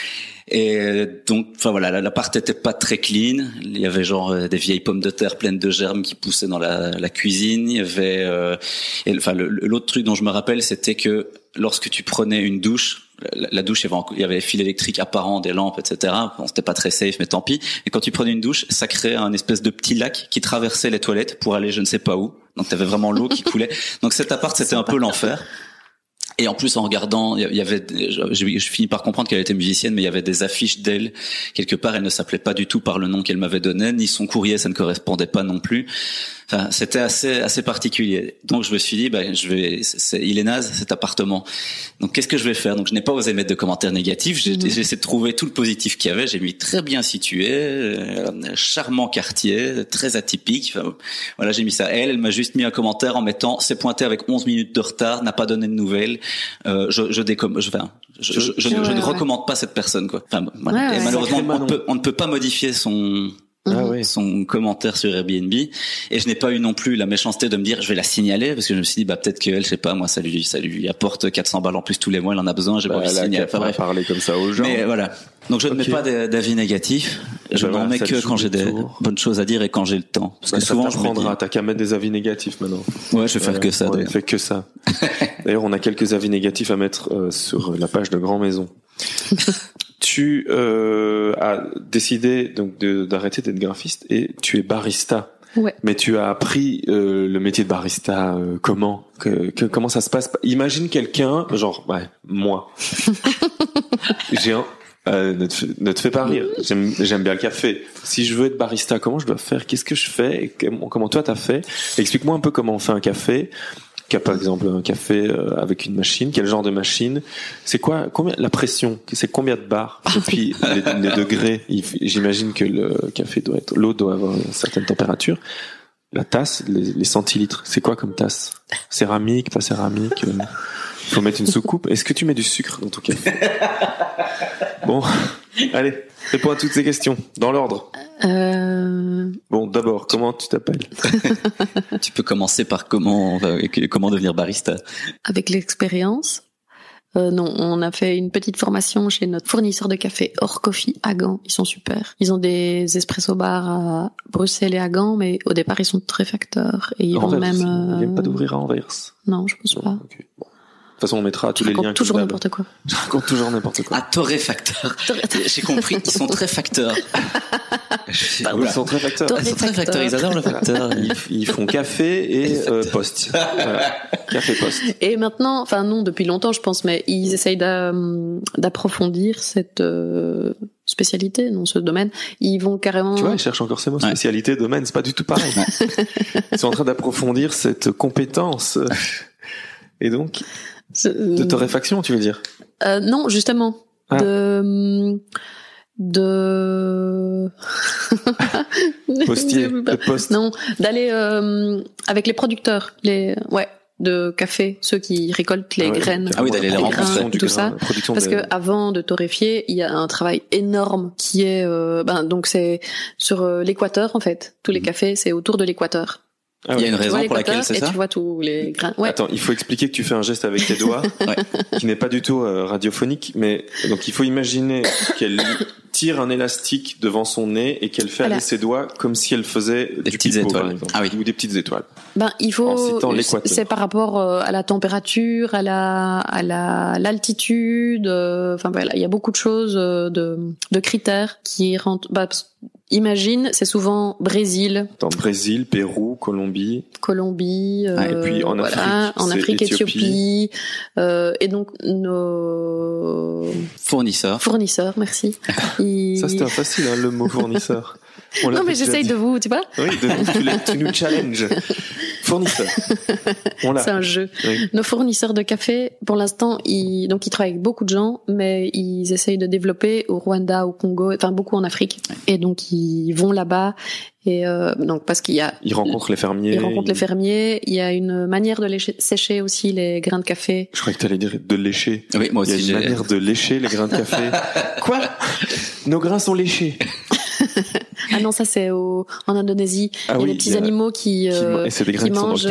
Et donc, enfin voilà, l'appart était pas très clean. Il y avait genre des vieilles pommes de terre pleines de germes qui poussaient dans la cuisine. Il y avait, l'autre truc dont je me rappelle, c'était que lorsque tu prenais une douche, la douche, il y avait fil électrique apparent, des lampes, etc. Bon, c'était pas très safe, mais tant pis. Et quand tu prenais une douche, ça créait un espèce de petit lac qui traversait les toilettes pour aller je ne sais pas où. Donc t'avais vraiment l'eau qui coulait. Donc cet appart, c'était un peu l'enfer. Et en plus, en regardant, il y avait, je finis par comprendre qu'elle était musicienne, mais il y avait des affiches d'elle quelque part. Elle ne s'appelait pas du tout par le nom qu'elle m'avait donné, ni son courrier, ça ne correspondait pas non plus. Enfin, c'était assez particulier. Donc, je me suis dit, il est naze cet appartement. Donc, qu'est-ce que je vais faire? Donc, je n'ai pas osé mettre de commentaires négatifs. J'ai essayé de trouver tout le positif qu'il y avait. J'ai mis très bien situé, charmant quartier, très atypique. Enfin, voilà, j'ai mis ça. Elle m'a juste mis un commentaire en mettant, s'est pointé avec 11 minutes de retard, n'a pas donné de nouvelles. Je ne recommande pas cette personne, quoi. Enfin, voilà. Et malheureusement, on ne peut pas modifier son commentaire sur Airbnb, et je n'ai pas eu non plus la méchanceté de me dire je vais la signaler, parce que je me suis dit peut-être qu'elle, je sais pas moi, ça lui apporte 400 balles en plus tous les mois, elle en a besoin, j'ai pas envie de signaler. Enfin, bref, parler comme ça aux gens. Mais voilà. Donc je ne mets pas d'avis négatifs, je n'en mets que quand j'ai des bonnes choses à dire et quand j'ai le temps, parce que souvent je prendrai. T'as qu'à mettre des avis négatifs maintenant. Ouais, je vais faire que ça. On fait que ça. D'ailleurs, on a quelques avis négatifs à mettre sur la page de Grand Maison. Tu as décidé donc d'arrêter d'être graphiste et tu es barista. Ouais. Mais tu as appris le métier de barista comment comment ça se passe? Imagine quelqu'un, genre moi. Ne te fais pas rire. J'aime bien le café. Si je veux être barista, comment je dois faire? Qu'est-ce que je fais? Et comment toi t'as fait? Explique-moi un peu comment on fait un café. Par exemple un café avec une machine, quel genre de machine, c'est quoi, combien la pression, c'est combien de bars, et puis les degrés, j'imagine que l'eau doit avoir une certaine température, la tasse, les centilitres, c'est quoi comme tasse, céramique, pas céramique, faut mettre une soucoupe, est-ce que tu mets du sucre dans ton café? Bon, allez, réponds à toutes ces questions dans l'ordre. Bon, d'abord, comment tu t'appelles? Tu peux commencer par comment devenir barista. Avec l'expérience. Non, on a fait une petite formation chez notre fournisseur de café Orcoffee à Gand. Ils sont super. Ils ont des espresso bars à Bruxelles et à Gand, mais au départ ils sont très facteurs et ils vont même. Il n'y a pas d'ouvrir à Anvers. Non, je pense pas. Okay. Bon. De toute façon, on mettra tous les liens. Toujours n'importe quoi. Je raconte toujours n'importe quoi. Ah, torréfacteur. J'ai compris, ils sont très facteurs. Ils sont très facteurs. Ils sont très facteurs, ils adorent le facteur. Ils font café et poste. Voilà. Café poste. Et maintenant, enfin non, depuis longtemps je pense, mais ils essayent d'approfondir cette spécialité dans ce domaine. Ils vont carrément... Tu vois, ils cherchent encore ces mots. Spécialité, domaine, c'est pas du tout pareil. Ils sont en train d'approfondir cette compétence. Et donc... De torréfaction, tu veux dire? Non, justement. Postier, de poste. Non, d'aller avec les producteurs, de café, ceux qui récoltent les graines. Ah oui, d'aller les rencontrer, tout ça. Parce que avant de torréfier, il y a un travail énorme qui est, donc c'est sur l'équateur en fait. Tous les cafés, c'est autour de l'équateur. Ah il y a une raison pour laquelle c'est ça. Et tu vois tous les grains. Ouais. Attends, il faut expliquer que tu fais un geste avec tes doigts, qui n'est pas du tout radiophonique, mais donc il faut imaginer qu'elle tire un élastique devant son nez et qu'elle fait aller ses doigts comme si elle faisait des petites étoiles, par exemple, ou des petites étoiles. Il faut. C'est par rapport à la température, à l'altitude. Il y a beaucoup de choses de critères qui rentrent. Imagine, c'est souvent Brésil. Dans Brésil, Pérou, Colombie. Et puis en Afrique, Éthiopie. Et donc nos fournisseurs, merci. Ça c'était facile, le mot fournisseur. Non mais j'essaye de vous, tu vois. Oui, tu nous challenges. Fournisseurs. C'est un jeu. Oui. Nos fournisseurs de café, pour l'instant, ils travaillent avec beaucoup de gens, mais ils essayent de développer au Rwanda, au Congo, beaucoup en Afrique. Et donc ils vont là-bas. Et donc parce qu'il y a ils rencontrent les fermiers. Il y a une manière de sécher aussi les grains de café. Je croyais que tu allais dire de lécher. Oui, moi aussi. Il y a une manière de lécher les grains de café. Quoi? Nos grains sont léchés. Ah non, ça c'est en Indonésie. Il y a des petits animaux qui mangent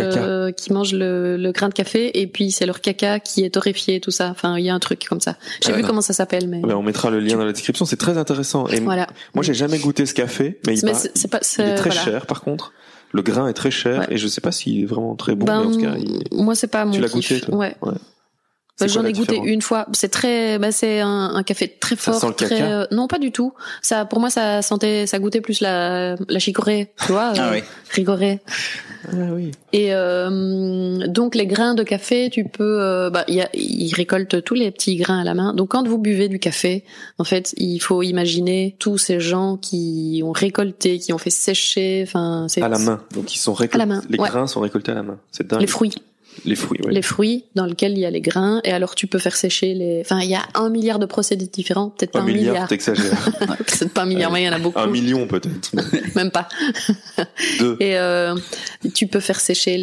le grain de café et puis c'est leur caca qui est torréfié, tout ça. Enfin, il y a un truc comme ça. Je sais plus comment ça s'appelle, mais on mettra le lien dans la description. C'est très intéressant. Et moi, j'ai jamais goûté ce café, mais il est très cher. Par contre, le grain est très cher et je sais pas s'il est vraiment très bon. Mais en tout cas, moi c'est pas mon kiff. Tu l'as goûté, toi? Ouais. J'en ai goûté une fois. C'est très, c'est un café très fort. Ça sent le caca. Non, pas du tout. Ça, pour moi, ça goûtait plus la chicorée, tu vois. Rigorée. Ah oui. Et donc les grains de café, tu peux, ils récoltent tous les petits grains à la main. Donc quand vous buvez du café, en fait, il faut imaginer tous ces gens qui ont récolté, qui ont fait sécher. C'est à la main. Donc ils sont récoltés. À la main. Les grains sont récoltés à la main. C'est dingue. Les fruits. Les fruits, oui. Les fruits dans lesquels il y a les grains, et alors tu peux faire sécher il y a 1 milliard de procédés différents, peut-être pas 1 milliard. T'exagères. Peut-être pas 1 milliard, mais il y en a beaucoup. 1 million peut-être. Même pas. 2. Et tu peux faire sécher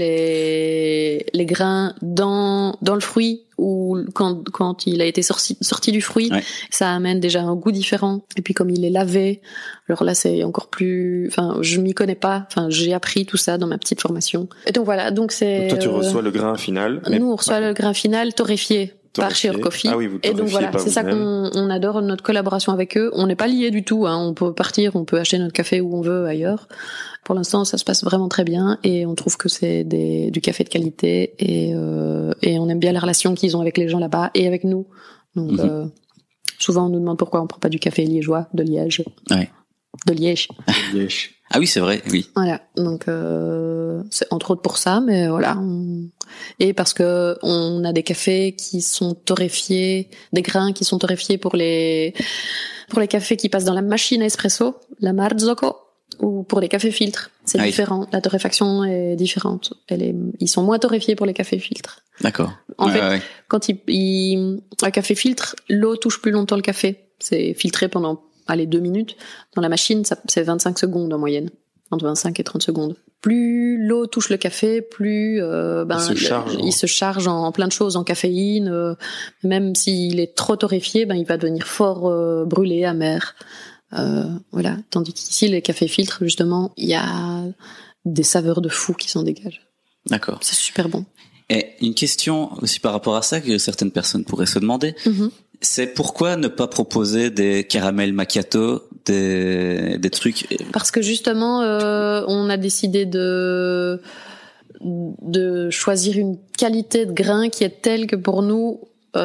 les grains dans le fruit, ou quand il a été sorti du fruit, ça amène déjà un goût différent. Et puis comme il est lavé, alors là c'est encore plus. Je m'y connais pas. J'ai appris tout ça dans ma petite formation. Et donc voilà. Donc c'est. Donc toi tu reçois le grain final. Nous on reçoit le grain final torréfié par Share Coffee. Ah oui, vous et donc voilà, c'est ça qu'on adore notre collaboration avec eux. On n'est pas liés du tout. On peut partir, on peut acheter notre café où on veut ailleurs. Pour l'instant, ça se passe vraiment très bien et on trouve que c'est du café de qualité et on aime bien la relation qu'ils ont avec les gens là-bas et avec nous. Donc souvent on nous demande pourquoi on prend pas du café liégeois de Liège. Ouais. De Liège. Ah oui, c'est vrai, oui. Voilà, donc c'est entre autres pour ça, mais voilà. Et parce que on a des cafés qui sont torréfiés, des grains qui sont torréfiés pour les cafés qui passent dans la machine à espresso, la Marzocco, ou pour les cafés filtres. C'est différent. La torréfaction est différente. Ils sont moins torréfiés pour les cafés filtres. D'accord. En fait, quand un café filtre, l'eau touche plus longtemps le café. C'est filtré pendant 2 minutes. Dans la machine, c'est 25 secondes en moyenne. Entre 25 et 30 secondes. Plus l'eau touche le café, plus il se charge en plein de choses, en caféine. Même s'il est trop torréfié, il va devenir fort brûlé, amer. Voilà. Tandis qu'ici, les cafés filtres, justement, il y a des saveurs de fou qui s'en dégagent. D'accord. C'est super bon. Et une question aussi par rapport à ça que certaines personnes pourraient se demander. C'est pourquoi ne pas proposer des caramels macchiato, des trucs. Parce que justement, on a décidé de choisir une qualité de grain qui est telle que pour nous,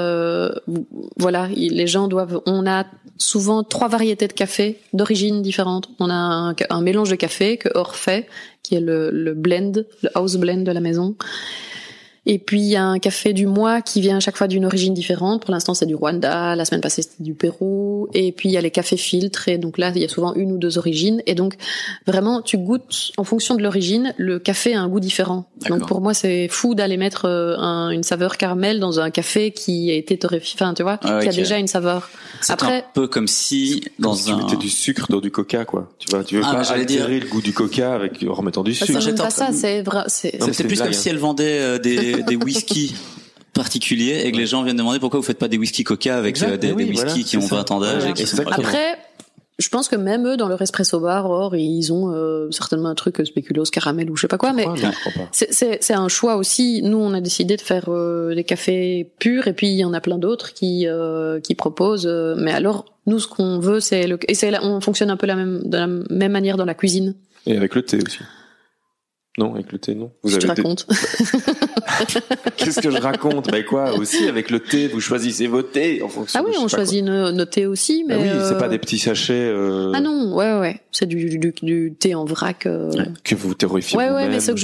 voilà, les gens on a souvent 3 variétés de café d'origine différente. On a un mélange de café que Or fait, qui est le blend, le house blend de la maison. Et puis il y a un café du mois qui vient à chaque fois d'une origine différente. Pour l'instant c'est du Rwanda, la semaine passée c'était du Pérou. Et puis il y a les cafés filtres et donc là il y a souvent une ou deux origines. Et donc vraiment tu goûtes en fonction de l'origine, le café a un goût différent. D'accord. Donc pour moi c'est fou d'aller mettre une saveur caramel dans un café qui a été torréfié, enfin tu vois, qui a déjà une saveur. C'est après un peu comme si tu mettais du sucre dans du coca quoi. Tu veux pas altérer le goût du coca en remettant du sucre. C'est pas ça, c'est plus comme si elle vendait des whisky particuliers et que les gens viennent demander pourquoi vous faites pas des whisky coca avec des whisky qui ont 20 ans d'âge. Après, je pense que même eux dans leur espresso bar, ils ont certainement un truc spéculoos, caramel ou je sais pas quoi, mais c'est un choix aussi. Nous, on a décidé de faire des cafés purs et puis il y en a plein d'autres qui proposent. Mais alors, nous, ce qu'on veut, on fonctionne un peu de la même manière dans la cuisine. Et avec le thé aussi. Non, avec le thé, non. Tu racontes. Qu'est-ce que je raconte? Quoi, aussi, avec le thé, vous choisissez vos thés en fonction Ah oui, on choisit nos thés aussi, mais. Ah oui, c'est pas des petits sachets, Ah non, ouais. C'est du thé en vrac, que vous torréfiez vous-même. Ouais, mais ce que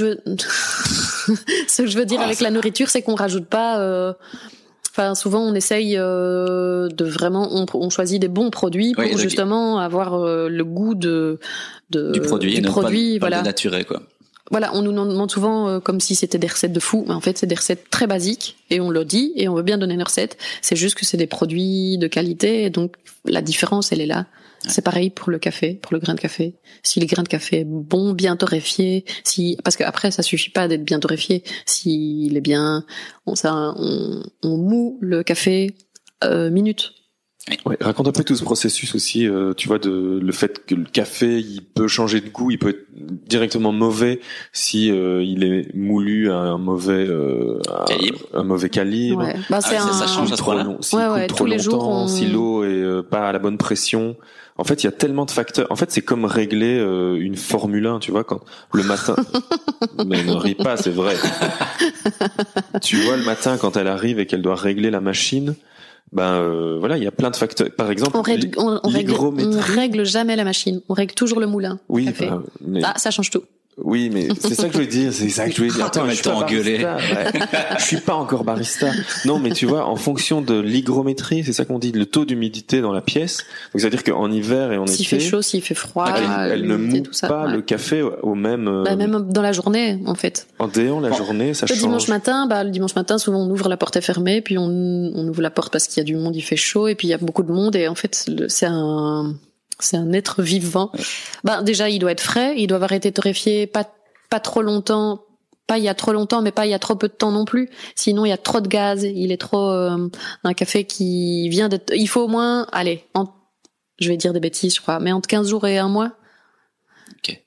je veux dire avec la nourriture, c'est qu'on rajoute pas, Enfin, souvent on essaye de vraiment, on choisit des bons produits pour justement avoir le goût du produit, pas dénaturer quoi. Voilà, on nous demande souvent comme si c'était des recettes de fou, mais en fait c'est des recettes très basiques et on le dit et on veut bien donner une recette. C'est juste que c'est des produits de qualité et donc la différence elle est là. Ouais. C'est pareil pour le café, pour le grain de café. Si le grain de café est bon, bien torréfié, parce que après ça suffit pas d'être bien torréfié. S'il est bien, on moue le café minute. Ouais, raconte un peu tout ce processus aussi, tu vois, le fait que le café, il peut changer de goût, il peut être directement mauvais si il est moulu à un mauvais calibre. Ouais. Ça change à ce point-là. S'il coule trop tous les longtemps, jours, si l'eau est pas à la bonne pression. En fait, il y a tellement de facteurs. En fait, c'est comme régler une Formule 1, tu vois, quand le matin. Mais ne ris pas, c'est vrai. Tu vois, le matin, quand elle arrive et qu'elle doit régler la machine. Voilà, il y a plein de facteurs. Par exemple, on règle jamais la machine. On règle toujours le moulin. Oui, café. Ça change tout. Oui, mais c'est ça que je voulais dire. Attends, je suis pas barista. Je suis pas encore barista. Non, mais tu vois, en fonction de l'hygrométrie, c'est ça qu'on dit, le taux d'humidité dans la pièce. Donc, c'est-à-dire qu'en hiver et en été. S'il fait chaud, s'il fait froid. Elle ne moue pas le café au même. Même dans la journée, en fait. En déant la journée, ça change. Le dimanche matin, souvent on ouvre la porte est fermée, puis on ouvre la porte parce qu'il y a du monde, il fait chaud, et puis il y a beaucoup de monde, et en fait, c'est un être vivant. Déjà, il doit être frais, il doit avoir été torréfié pas trop longtemps, pas il y a trop longtemps, mais pas il y a trop peu de temps non plus. Sinon, il y a trop de gaz, il est trop un café qui vient d'être. Il faut au moins, je vais dire des bêtises, je crois, mais entre 15 jours et un mois. Ok.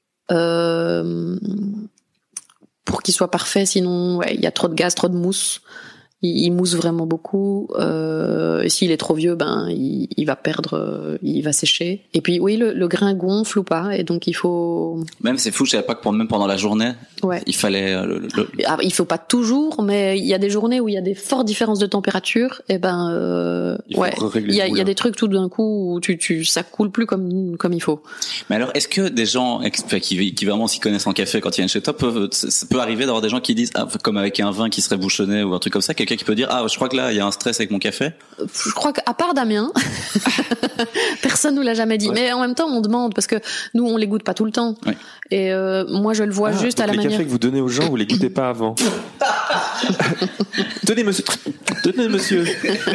Pour qu'il soit parfait, sinon, il y a trop de gaz, trop de mousse. Il mousse vraiment beaucoup. Et s'il est trop vieux, il va perdre, il va sécher. Et puis oui, le grain gonfle ou pas, et donc il faut. Même c'est fou, je savais pas que même pendant la journée, il fallait. Il faut pas toujours, mais il y a des journées où il y a des fortes différences de température. Et il y a des trucs tout d'un coup où ça coule plus comme il faut. Mais alors, est-ce que des gens qui vraiment s'y connaissent en café quand ils viennent chez toi, ça peut arriver d'avoir des gens qui disent comme avec un vin qui serait bouchonné ou un truc comme ça, quelqu'un qui peut dire je crois que là il y a un stress avec mon café. Je crois qu'à part Damien, personne nous l'a jamais dit. Ouais. Mais en même temps, on demande parce que nous on les goûte pas tout le temps. Ouais. Et moi je le vois juste à la manière. Les cafés que vous donnez aux gens, vous les goûtez pas avant. Tenez monsieur.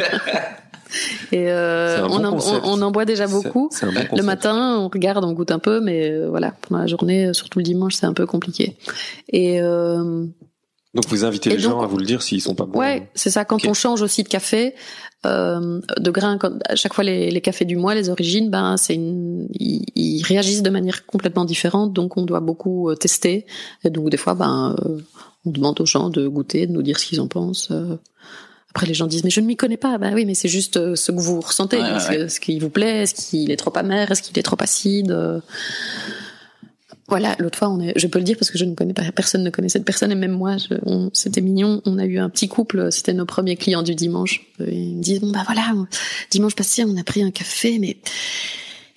Et on en boit déjà beaucoup. C'est un bon le matin, on regarde, on goûte un peu, mais voilà, pendant la journée, surtout le dimanche, c'est un peu compliqué. Et donc vous invitez les gens à vous le dire s'ils sont pas bons. Ouais, c'est ça. Quand on change aussi de café, de grain, à chaque fois les cafés du mois, les origines, ils réagissent de manière complètement différente, donc on doit beaucoup tester. Et donc des fois, on demande aux gens de goûter, de nous dire ce qu'ils en pensent. Après, les gens disent mais je ne m'y connais pas. Oui, mais c'est juste ce que vous ressentez, ce qui vous plaît, est-ce qu'il est trop amer, est-ce qu'il est trop acide. Voilà, l'autre fois, je peux le dire parce que je ne connais pas, personne ne connaît cette personne et même moi, c'était mignon. On a eu un petit couple, c'était nos premiers clients du dimanche. Ils me disent voilà, dimanche passé, on a pris un café, mais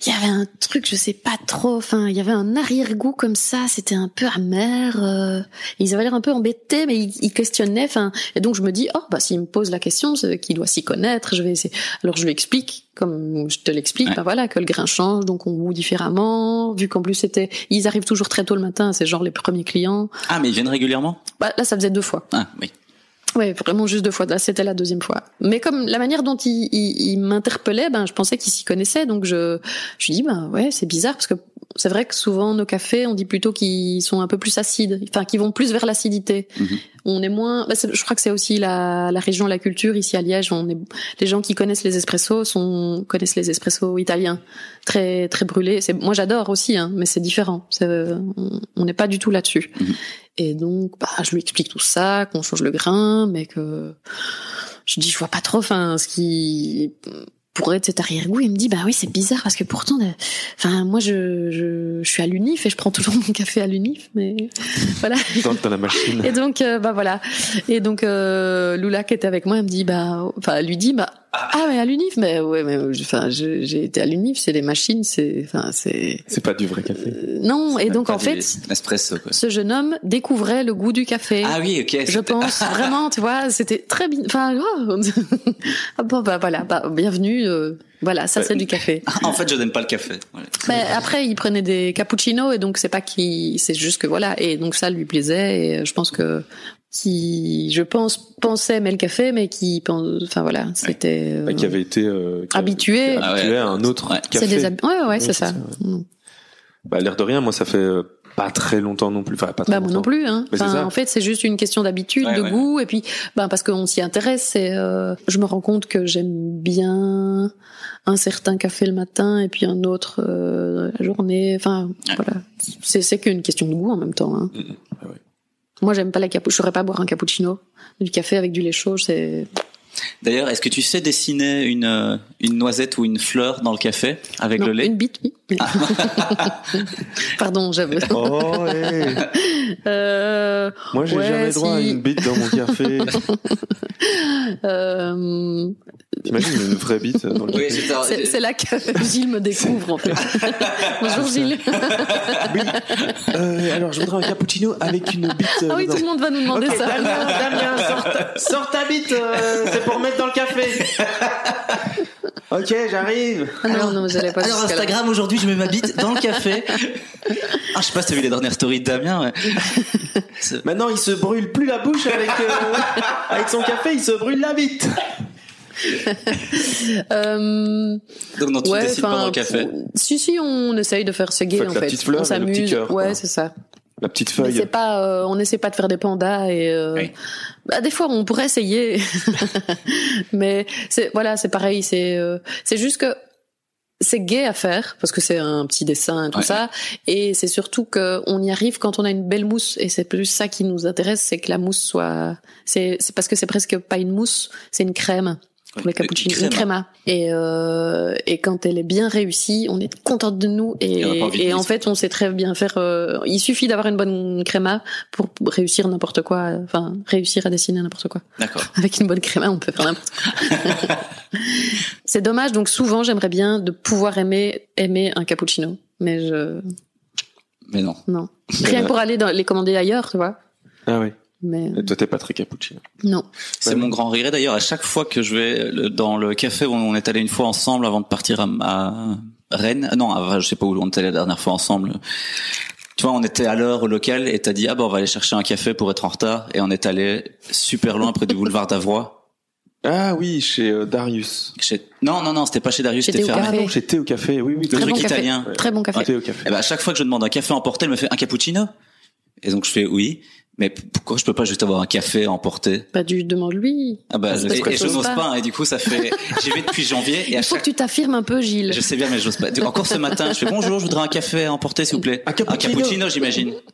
il y avait un truc, je sais pas trop, enfin, il y avait un arrière-goût comme ça, c'était un peu amer, ils avaient l'air un peu embêtés, mais ils questionnaient, enfin, et donc je me dis, s'il me pose la question, c'est qu'il doit s'y connaître, je vais essayer. Alors je lui explique, comme je te l'explique, voilà, que le grain change, donc on goûte différemment, vu qu'en plus ils arrivent toujours très tôt le matin, c'est genre les premiers clients. Ah, mais ils viennent régulièrement? Là, ça faisait 2 fois. Ah, oui. Ouais, vraiment juste 2 fois. Là, c'était la 2e fois. Mais comme la manière dont il m'interpellait, je pensais qu'il s'y connaissait. Donc je dis, ouais, c'est bizarre parce que c'est vrai que souvent nos cafés, on dit plutôt qu'ils sont un peu plus acides, enfin qu'ils vont plus vers l'acidité. Mm-hmm. On est moins. Je crois que c'est aussi la région, la culture ici à Liège. Les gens qui connaissent les espressos connaissent les espressos italiens, très très brûlés. Moi j'adore aussi, mais c'est différent. On n'est pas du tout là-dessus. Mm-hmm. Et donc, je lui explique tout ça, qu'on change le grain, mais que je dis, je vois pas trop, ce qui pourrait être cet arrière-goût. Il me dit, oui, c'est bizarre parce que pourtant, moi, je suis à l'Unif et je prends toujours mon café à l'Unif, mais voilà. Dans la machine. Et donc, voilà. Et donc, Lula qui était avec moi, elle me dit, elle lui dit, mais à l'Unif, mais j'ai été à l'Unif, c'est des machines, c'est pas du vrai café. Non, et donc en fait, espresso, quoi. Ce jeune homme découvrait le goût du café. Ah oui, ok. Je pense vraiment, tu vois, c'était très bien. Voilà, bienvenue. Voilà, ça c'est du café. En fait, je n'aime pas le café. Ouais. Mais après, il prenait des cappuccinos et donc c'est juste que voilà, et donc ça lui plaisait et je pense que pensait aimer le café, mais qui c'était qui avait été habitué à un autre café. C'est ça. L'air de rien, moi ça fait pas très longtemps non plus, pas très longtemps. Moi non plus, en fait, c'est juste une question d'habitude, de goût, et puis parce qu'on s'y intéresse, je me rends compte que j'aime bien un certain café le matin et puis un autre la journée. Voilà, c'est qu'une question de goût en même temps. Moi, j'aime pas je saurais pas boire un cappuccino. Du café avec du lait chaud, c'est... D'ailleurs, est-ce que tu sais dessiner une noisette ou une fleur dans le café avec le lait? Une bite, oui. Pardon, j'avais... Oh, hey. Moi, j'ai jamais droit à une bite dans mon café. T'imagines une vraie bite dans le café? Oui, c'est là que Gilles me découvre, en fait. Bonjour, Gilles. Oui. Alors, je voudrais un cappuccino avec une bite. Ah oui, dedans. Tout le monde va nous demander ça. Damien, sors ta bite, c'est pour mettre dans le café. Ok, j'arrive. Non, j'allais pas. Alors Instagram, aujourd'hui, je mets ma bite dans le café. Je sais pas si t'as vu les dernières stories de Damien. Ouais. Maintenant, il se brûle plus la bouche avec son café, il se brûle la bite. Donc non, tu ne décides pas dans le café. Si, on essaye de faire ce gay en fait. La petite fleur, on s'amuse. le petit cœur, ouais, c'est ça. La petite feuille. Mais c'est pas, on n'essaie pas de faire des pandas et des fois on pourrait essayer, mais c'est pareil, c'est juste que c'est gai à faire parce que c'est un petit dessin et tout ça, et c'est surtout que on y arrive quand on a une belle mousse, et c'est plus ça qui nous intéresse, c'est que la mousse soit, c'est parce que c'est presque pas une mousse, c'est une crème. Pour les cappuccinos, une créma. Et quand elle est bien réussie, on est contente de nous, et en fait, on sait très bien faire, il suffit d'avoir une bonne créma pour réussir n'importe quoi, réussir à dessiner n'importe quoi. D'accord. Avec une bonne créma, on peut faire n'importe quoi. C'est dommage, donc souvent, j'aimerais bien de pouvoir aimer un cappuccino. Mais non. Non. Rien pour aller les commander ailleurs, tu vois. Ah oui. Mais... Et toi, t'es pas très cappuccino. Non. C'est mon grand regret d'ailleurs. À chaque fois que je vais dans le café où on est allé une fois ensemble avant de partir à Rennes, je sais pas où on est allé la dernière fois ensemble. Tu vois, on était à l'heure au local et t'as dit on va aller chercher un café pour être en retard, et on est allé super loin près du boulevard d'Avroy. Ah oui, chez Darius. Non, c'était pas chez Darius, c'était fermé. Ah non, chez Thé au café. Oui, le truc italien. Très bon café. Thé au café. Et à chaque fois que je demande un café emporté, elle me fait un cappuccino. Et donc je fais oui. Mais pourquoi je peux pas juste avoir un café à emporter? Demande-lui. Et je n'ose pas, et du coup ça fait, j'y vais depuis janvier, et il faut que tu t'affirmes un peu, Gilles. Je sais bien, mais j'ose pas. Encore ce matin, je fais bonjour, je voudrais un café à emporter, s'il vous plaît. Un cappuccino, j'imagine.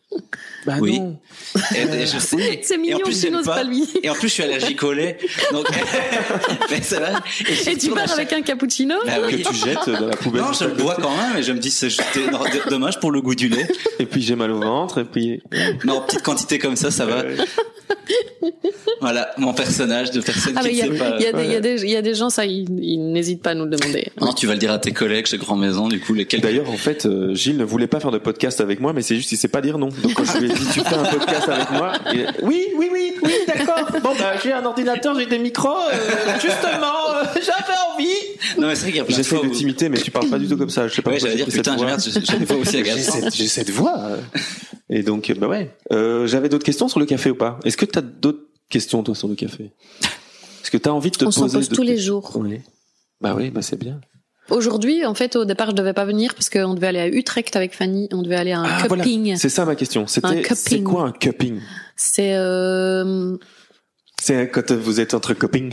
Bah oui. Non. Et je sais. C'est mignon, sinon c'est pas lui. Et en plus, je suis allergique au lait. Donc, mais ça va. Et tu pars avec un cappuccino? Bah, oui. Que tu jettes dans la poubelle. Non, je le bois quand même, et je me dis, c'est dommage pour le goût du lait. Et puis j'ai mal au ventre, et puis. Mais en petite quantité comme ça va. Voilà, mon personnage de personne qui ne sait pas. Il y a des gens, ça, ils n'hésitent pas à nous le demander. Non, tu vas le dire à tes collègues chez Grand Maison, du coup, lesquels. D'ailleurs, en fait, Gilles ne voulait pas faire de podcast avec moi, mais c'est juste, il sait pas dire non. Donc, quand je lui ai dit, tu fais un podcast avec moi, oui, d'accord. Bon, bah, j'ai un ordinateur, j'ai des micros, justement, j'avais envie. Non, mais c'est vrai qu'il y a plein de J'essaie fois de t'imiter, mais tu parles pas du tout comme ça. Je sais pas. Ouais, j'allais dire, putain, merde, j'ai des fois aussi agaçant. J'ai cette voix. Et donc, bah ouais. J'avais d'autres questions sur le café ou pas? Est-ce que t'as d'autres questions, toi, sur le café? Est-ce que t'as envie de te poser? On s'en pose tous les jours. Oui. Bah oui, bah c'est bien. Aujourd'hui, en fait, au départ, je devais pas venir parce qu'on devait aller à Utrecht avec Fanny. On devait aller à un cupping. Voilà. C'est ça ma question. C'est quoi un cupping? C'est quand vous êtes entre copines.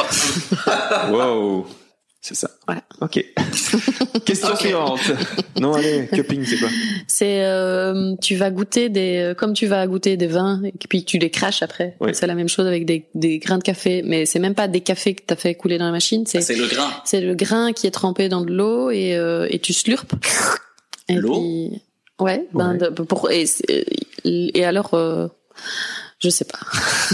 Wow. C'est ça. Voilà. Ok. Question suivante. Non, allez, cupping, c'est quoi? C'est tu vas goûter comme tu vas goûter des vins et puis tu les craches après. Oui. C'est la même chose avec des grains de café, mais c'est même pas des cafés que t'as fait couler dans la machine. C'est le grain. C'est le grain qui est trempé dans de l'eau et tu slurpes. Et l'eau. Puis, ouais. Ben et alors je sais pas.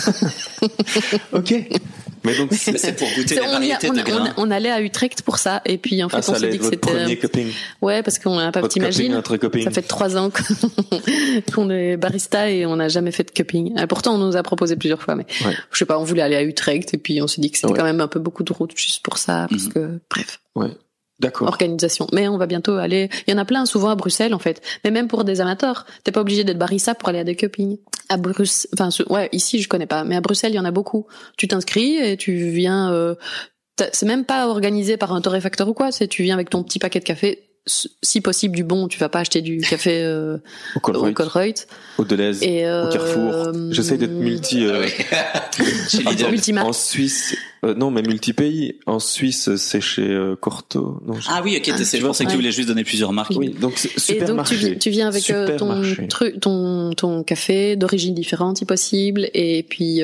Ok. Mais donc c'est pour goûter les variétés de grains. On allait à Utrecht pour ça et puis en fait on s'est dit que c'était premier cupping. Ouais, parce qu'on n'a pas, t'imagines, ça fait 3 ans qu'on est barista et on n'a jamais fait de cupping. Pourtant on nous a proposé plusieurs fois, mais je sais pas, on voulait aller à Utrecht et puis on s'est dit que c'était quand même un peu beaucoup de route juste pour ça, parce que bref. Ouais. D'accord. Organisation. Mais on va bientôt aller. Il y en a plein, souvent à Bruxelles, en fait. Mais même pour des amateurs, t'es pas obligé d'être barista pour aller à des cuppings. À Bruxelles, ici je connais pas, mais à Bruxelles il y en a beaucoup. Tu t'inscris et tu viens. C'est même pas organisé par un torréfacteur ou quoi. C'est tu viens avec ton petit paquet de café. Si possible du bon, tu vas pas acheter du café au Colruyt, au Deleuze, au Carrefour. J'essaie d'être multimarque. En Suisse, non, mais multi-pays. En Suisse, c'est chez Corto. Non, ah oui, ok, je pensais que tu voulais juste donner plusieurs marques. Oui, donc supermarché. Et donc tu viens avec ton café d'origine différente si possible, et puis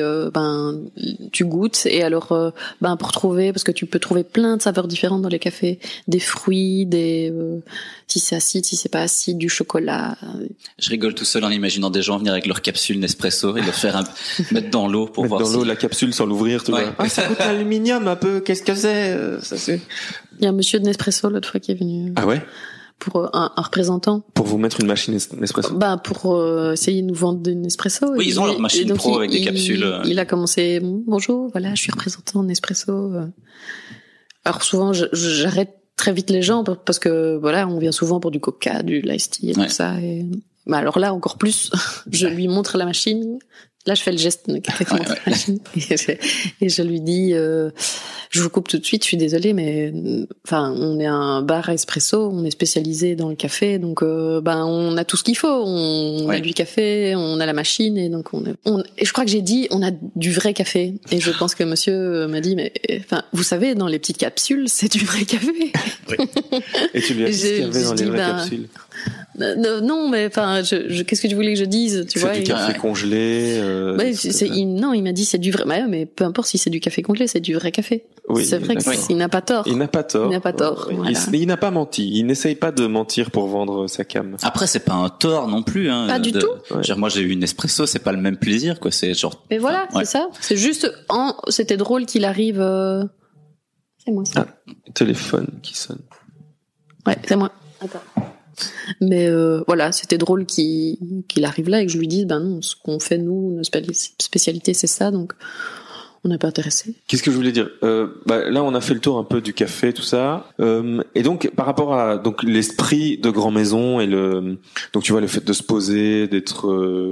tu goûtes, et alors pour trouver, parce que tu peux trouver plein de saveurs différentes dans les cafés, des fruits, si c'est acide, si c'est pas acide, du chocolat. Je rigole tout seul en imaginant des gens venir avec leur capsule Nespresso et le faire mettre dans l'eau pour voir. Mettre dans l'eau la capsule sans l'ouvrir, tu vois. Ah, ça coûte l'aluminium un peu. Qu'est-ce que c'est? Ça c'est. Il y a un monsieur de Nespresso l'autre fois qui est venu. Ah ouais? Pour un représentant. Pour vous mettre une machine Nespresso. Pour essayer de nous vendre des Nespresso. Oui, ils ont leur machine pro avec des capsules. Il a commencé, bonjour, voilà, je suis représentant Nespresso. Alors souvent, j'arrête très vite les gens parce que voilà, on vient souvent pour du coca, du iced tea et tout ça. Et alors là, encore plus, je lui montre la machine. Là, je fais le geste la machine et je lui dis, je vous coupe tout de suite, je suis désolée, mais on est un bar espresso, on est spécialisé dans le café, donc on a tout ce qu'il faut, on a du café, on a la machine, et donc et je crois que j'ai dit, on a du vrai café, et je pense que monsieur m'a dit, mais vous savez, dans les petites capsules, c'est du vrai café. Oui. Et tu lui as dit ce qu'il y avait dans les vraies capsules? Non, mais qu'est-ce que tu voulais que je dise, tu vois? C'est du café congelé. Non, il m'a dit c'est du vrai. Mais peu importe si c'est du café congelé, c'est du vrai café. Oui, c'est vrai qu'il n'a pas tort. Il n'a pas tort. Voilà. Il n'a pas menti. Il n'essaye pas de mentir pour vendre sa cam. Après, c'est pas un tort non plus. Pas du tout. Moi, j'ai eu une espresso, c'est pas le même plaisir, quoi. C'est genre. Mais voilà, c'est ça. C'est juste c'était drôle qu'il arrive. C'est moi. Ça. Ah, téléphone qui sonne. Ouais, c'est moi. Attends. Mais voilà, c'était drôle qu'il arrive là et que je lui dise non, ce qu'on fait nous, notre spécialité c'est ça, donc on n'a pas intéressé. Qu'est-ce que je voulais dire? Là on a fait le tour un peu du café, tout ça, et donc par rapport à l'esprit de Grand Maison et donc tu vois, le fait de se poser, d'être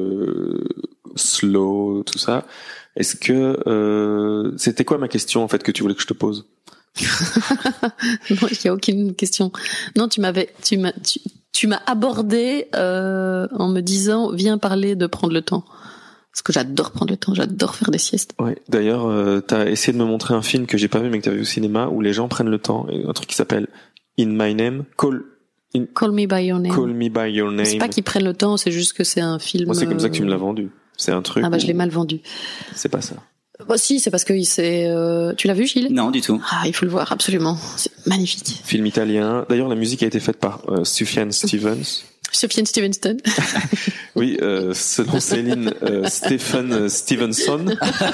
slow, tout ça, est-ce que c'était quoi ma question en fait que tu voulais que je te pose? Non, il y a aucune question. Non, tu m'as abordé en me disant viens parler de prendre le temps. Parce que j'adore prendre le temps, j'adore faire des siestes. Ouais. D'ailleurs, t'as essayé de me montrer un film que j'ai pas vu mais que t'as vu au cinéma où les gens prennent le temps, un truc qui s'appelle In My Name, Call Call Me By Your Name. Call Me By Your Name. C'est pas qu'ils prennent le temps, c'est juste que c'est un film. Moi, c'est comme ça que tu me l'as vendu. C'est un truc. Ah bah je l'ai mal vendu. C'est pas ça. Bah si, c'est parce que tu l'as vu, Gilles? Non, du tout. Ah, il faut le voir absolument. C'est magnifique. Film italien. D'ailleurs, la musique a été faite par Sufjan Stevens. Sufjan Stevenston. Oui, selon Céline, Stephen Stevenson.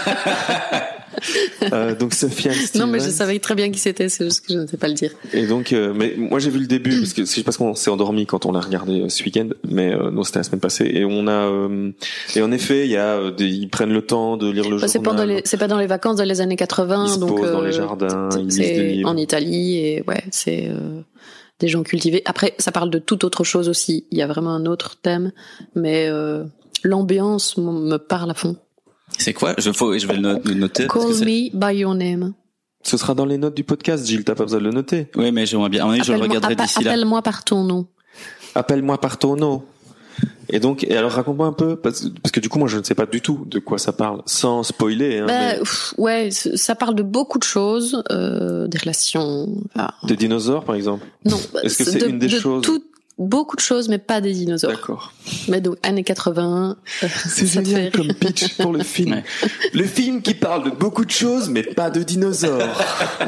Donc Sufjan Stevens. Non, mais je savais très bien qui c'était, c'est juste que je ne sais pas le dire. Et donc, mais moi j'ai vu le début parce que c'est parce qu'on s'est endormi quand on l'a regardé ce week-end, mais non, c'était la semaine passée. Et on a, et en effet, il y a ils prennent le temps de lire le journal. C'est pas dans les vacances dans les années 80, ils se donc posent dans les jardins, ils lisent des livres. En Italie et ouais, c'est des gens cultivés. Après, ça parle de toute autre chose aussi. Il y a vraiment un autre thème, mais l'ambiance me parle à fond. C'est quoi? Je vais le noter. Call Me By Your Name. Ce sera dans les notes du podcast, Gilles. T'as pas besoin de le noter. Oui, mais j'aimerais bien. Je le regarderai d'ici là. Appelle-moi par ton nom. Appelle-moi par ton nom. Et donc, alors raconte-moi un peu, parce que du coup, moi, je ne sais pas du tout de quoi ça parle, sans spoiler. Hein, ouais, ça parle de beaucoup de choses, des relations. Des dinosaures, par exemple. Non. Est-ce que c'est une des choses? Beaucoup de choses, mais pas des dinosaures. D'accord. Mais donc, années 80. C'est génial comme pitch pour le film. Ouais. Le film qui parle de beaucoup de choses, mais pas de dinosaures.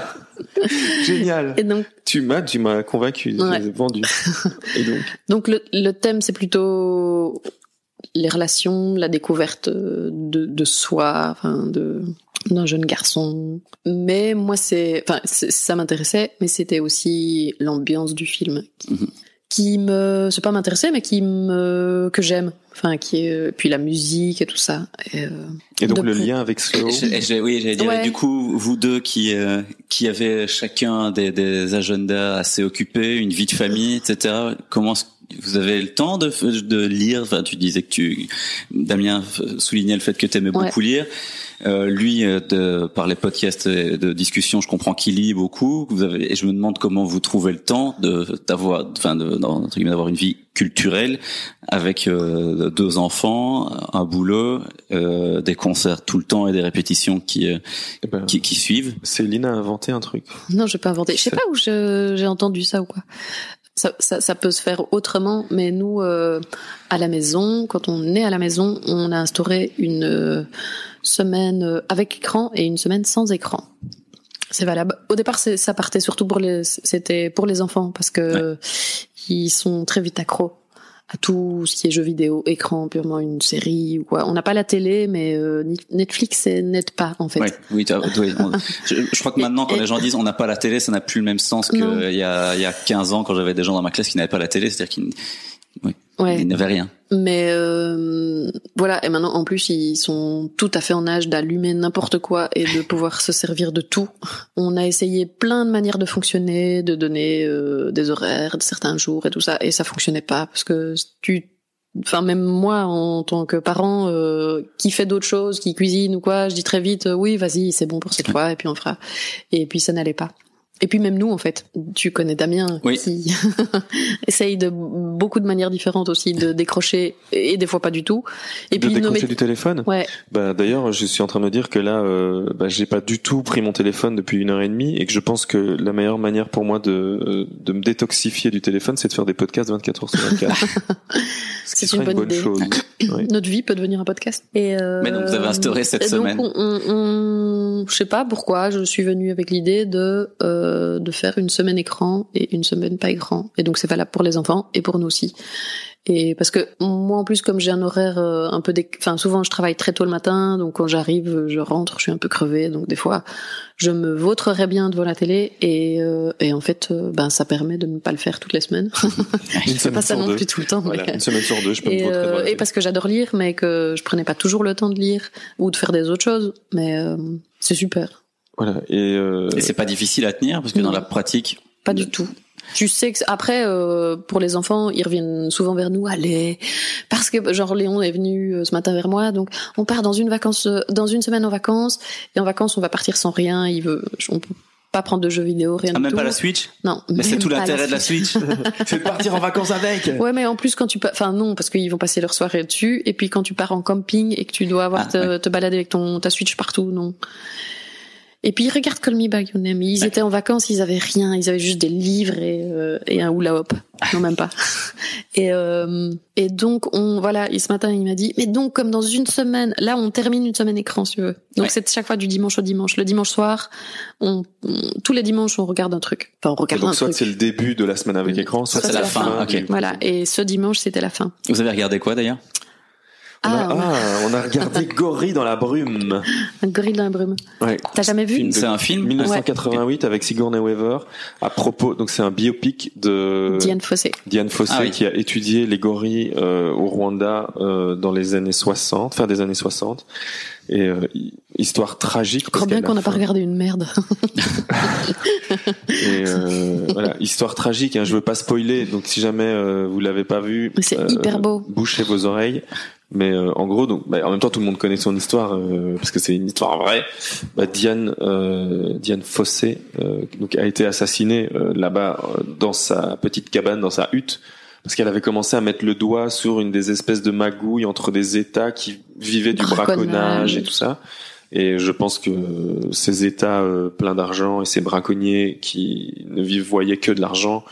Génial. Et donc, tu m'as convaincu, ouais. Vendu. Et donc le thème, c'est plutôt les relations, la découverte de soi, enfin d'un jeune garçon. Mais moi, ça m'intéressait, mais c'était aussi l'ambiance du film c'est pas m'intéresser, mais que j'aime. Enfin, puis la musique et tout ça. Et donc le lien avec Slow. Oui, j'allais dire. Ouais. Du coup, vous deux qui avez chacun des agendas assez occupés, une vie de famille, etc. Comment vous avez le temps de lire? Enfin, tu disais que Damien soulignait le fait que t'aimais beaucoup lire. Lui, par les podcasts de discussion, je comprends qu'il lit beaucoup. Et je me demande comment vous trouvez le temps d'avoir une vie culturelle avec 2 enfants, un boulot, des concerts tout le temps et des répétitions qui suivent. Céline a inventé un truc. Non, j'ai pas inventé. Je sais pas où j'ai entendu ça ou quoi. Ça peut se faire autrement, mais nous, à la maison, quand on est à la maison, on a instauré une semaine avec écran et une semaine sans écran. C'est valable. Au départ, ça partait surtout c'était pour les enfants parce que ils sont très vite accros à tout ce qui est jeux vidéo, écran, purement une série ou quoi. On n'a pas la télé, mais Netflix n'aide pas en fait. Oui. Je crois que maintenant, quand les gens disent on n'a pas la télé, ça n'a plus le même sens qu'il y a 15 ans quand j'avais des gens dans ma classe qui n'avaient pas la télé, c'est-à-dire qu'ils n'avaient rien. Mais voilà, et maintenant en plus ils sont tout à fait en âge d'allumer n'importe quoi et de pouvoir se servir de tout. On a essayé plein de manières de fonctionner, de donner des horaires de certains jours et tout ça, et ça fonctionnait pas parce que même moi en tant que parent qui fait d'autres choses, qui cuisine ou quoi, je dis très vite oui vas-y c'est bon pour cette fois et puis on fera. Et puis ça n'allait pas. Et puis même nous, en fait, tu connais Damien, qui essaye de beaucoup de manières différentes aussi de décrocher, et des fois pas du tout. Et de puis décrocher du téléphone. Ouais. D'ailleurs, je suis en train de me dire que là, j'ai pas du tout pris mon téléphone depuis 1h30 et que je pense que la meilleure manière pour moi de me détoxifier du téléphone, c'est de faire des podcasts 24 heures sur 24. C'est une bonne idée. Chose. Oui. Notre vie peut devenir un podcast. Et mais donc vous avez instauré cette semaine. Donc je sais pas pourquoi, je suis venue avec l'idée de faire une semaine écran et une semaine pas écran. Et donc c'est valable pour les enfants et pour nous aussi. Et parce que moi en plus comme j'ai un horaire un peu souvent je travaille très tôt le matin, donc quand j'arrive, je rentre, je suis un peu crevée, donc des fois je me vautrerais bien devant la télé et en fait ça permet de ne pas le faire toutes les semaines. Je fais pas ça non plus tout le temps. Voilà, une semaine sur 2, je peux me vautrer devant la télé. Et parce que j'adore lire, mais que je prenais pas toujours le temps de lire ou de faire des autres choses, mais c'est super. Voilà. Et c'est pas difficile à tenir parce que dans la pratique. Pas du tout. Tu sais que après pour les enfants, ils reviennent souvent vers nous. Allez, parce que genre Léon est venu ce matin vers moi, donc on part dans une semaine en vacances et en vacances on va partir sans rien. On peut pas prendre de jeux vidéo, rien du tout. Même pas la Switch? Non. Mais c'est tout l'intérêt de la Switch. C'est de partir en vacances avec. Ouais, mais en plus quand non, parce qu'ils vont passer leur soirée dessus et puis quand tu pars en camping et que tu dois avoir te balader avec ta Switch partout, non. Et puis ils regardent Call Me By Your Name. Ils étaient en vacances, ils avaient rien, ils avaient juste des livres et un hula hoop. Non, même pas. Et donc et ce matin il m'a dit, mais donc comme dans une semaine, là on termine une semaine écran si tu veux. Donc c'est chaque fois du dimanche au dimanche. Le dimanche soir, tous les dimanches on regarde un truc. Enfin on regarde un truc. Donc soit c'est le début de la semaine avec écran, soit c'est la fin. Ok. Voilà. Et ce dimanche c'était la fin. Vous avez regardé quoi d'ailleurs? On a regardé Gorille dans la brume. Un gorille dans la brume. Ouais. T'as jamais vu? C'est un film 1988 avec Sigourney Weaver. À propos, donc c'est un biopic de Diane Fossé. Qui a étudié les gorilles au Rwanda dans les années 60, fin des années 60. Et histoire tragique. Je crois bien qu'on n'a pas regardé une merde. Et voilà, histoire tragique. Hein, je veux pas spoiler, donc si jamais vous l'avez pas vu, c'est hyper beau. Bouchez vos oreilles. Mais en gros, donc, en même temps, tout le monde connaît son histoire parce que c'est une histoire vraie. Diane Fossé donc a été assassinée là-bas dans sa petite cabane, dans sa hutte, parce qu'elle avait commencé à mettre le doigt sur une des espèces de magouilles entre des États qui vivaient du braconnage et tout ça. Et je pense que ces États pleins d'argent et ces braconniers qui ne voyaient que de l'argent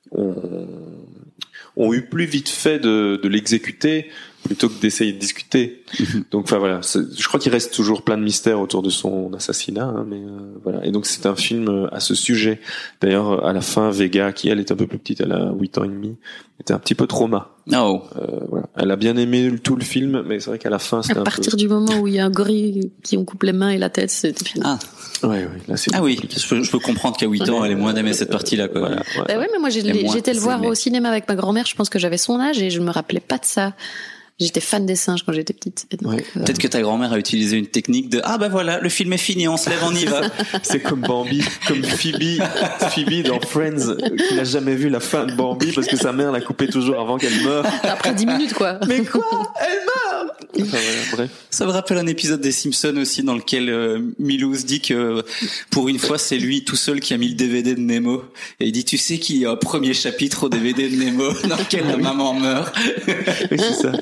ont eu plus vite fait de l'exécuter plutôt que d'essayer de discuter. Donc enfin voilà, je crois qu'il reste toujours plein de mystères autour de son assassinat, hein, mais voilà. Et donc c'est un film à ce sujet. D'ailleurs à la fin, Vega, qui elle est un peu plus petite, elle a 8 ans et demi, était un petit peu trauma. Oh. Voilà. Elle a bien aimé tout le film, mais c'est vrai qu'à la fin c'était à partir du moment où il y a un gorille qui on coupe les mains et la tête, c'est fini. Ouais, là c'est je peux comprendre qu'à 8 ans elle ait moins aimé cette partie-là, quoi. Voilà, ouais, mais moi j'étais le voir au cinéma avec ma grand-mère, je pense que j'avais son âge et je me rappelais pas de ça. J'étais fan des singes quand j'étais petite. Donc, peut-être que ta grand-mère a utilisé une technique de bah voilà, le film est fini, on se lève, on y va. C'est comme Bambi, comme Phoebe dans Friends, qui n'a jamais vu la fin de Bambi parce que sa mère l'a coupé toujours avant qu'elle meure. Après 10 minutes, quoi. Mais quoi? Elle meurt! Enfin, voilà, bref. Ça me rappelle un épisode des Simpsons aussi dans lequel Milou se dit que pour une fois c'est lui tout seul qui a mis le DVD de Nemo et il dit tu sais qu'il y a un premier chapitre au DVD de Nemo dans lequel la maman meurt. Oui, c'est ça.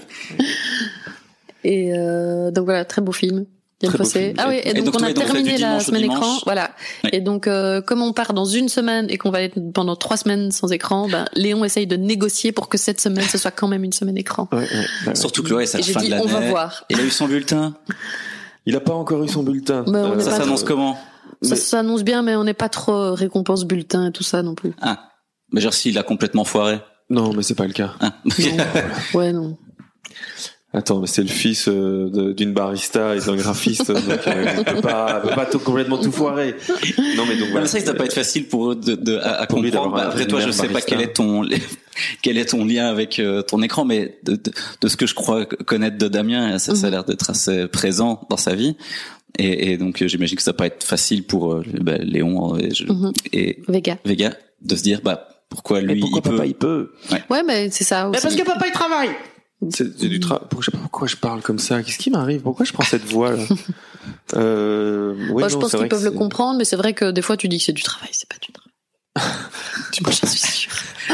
Et donc voilà, très beau film. Bien passé. Ah oui, et donc on a terminé la semaine écran, voilà. Oui. Et donc comme on part dans une semaine et qu'on va être pendant 3 semaines sans écran, Léon essaye de négocier pour que cette semaine ce soit quand même une semaine écran. Surtout que c'est la fin de l'année. On va voir. Il a eu son bulletin. Il a pas encore eu son bulletin. Ça s'annonce comment? Ça s'annonce bien, mais on n'est pas trop récompense bulletin et tout ça non plus. Mais genre s'il a complètement foiré. Non, mais c'est pas le cas. Non. Ouais, non. Attends, mais c'est le fils d'une barista et d'un graphiste, donc il peut pas complètement tout foirer. Non, mais donc voilà. Ça doit pas être facile pour eux à comprendre. Après toi, je sais pas quel est ton lien avec ton écran, mais de ce que je crois connaître de Damien, ça a l'air d'être assez présent dans sa vie. Et donc j'imagine que ça va pas être facile pour Léon et Vega de se dire pourquoi lui pourquoi il papa peut. Il peut. Ouais, mais c'est ça aussi. Mais parce que papa il travaille. C'est du travail. Je sais pas pourquoi je parle comme ça. Qu'est-ce qui m'arrive? Pourquoi je prends cette voix là? Je pense qu'ils peuvent le comprendre, mais c'est vrai que des fois tu dis que c'est du travail, c'est pas du travail. Je suis sûre.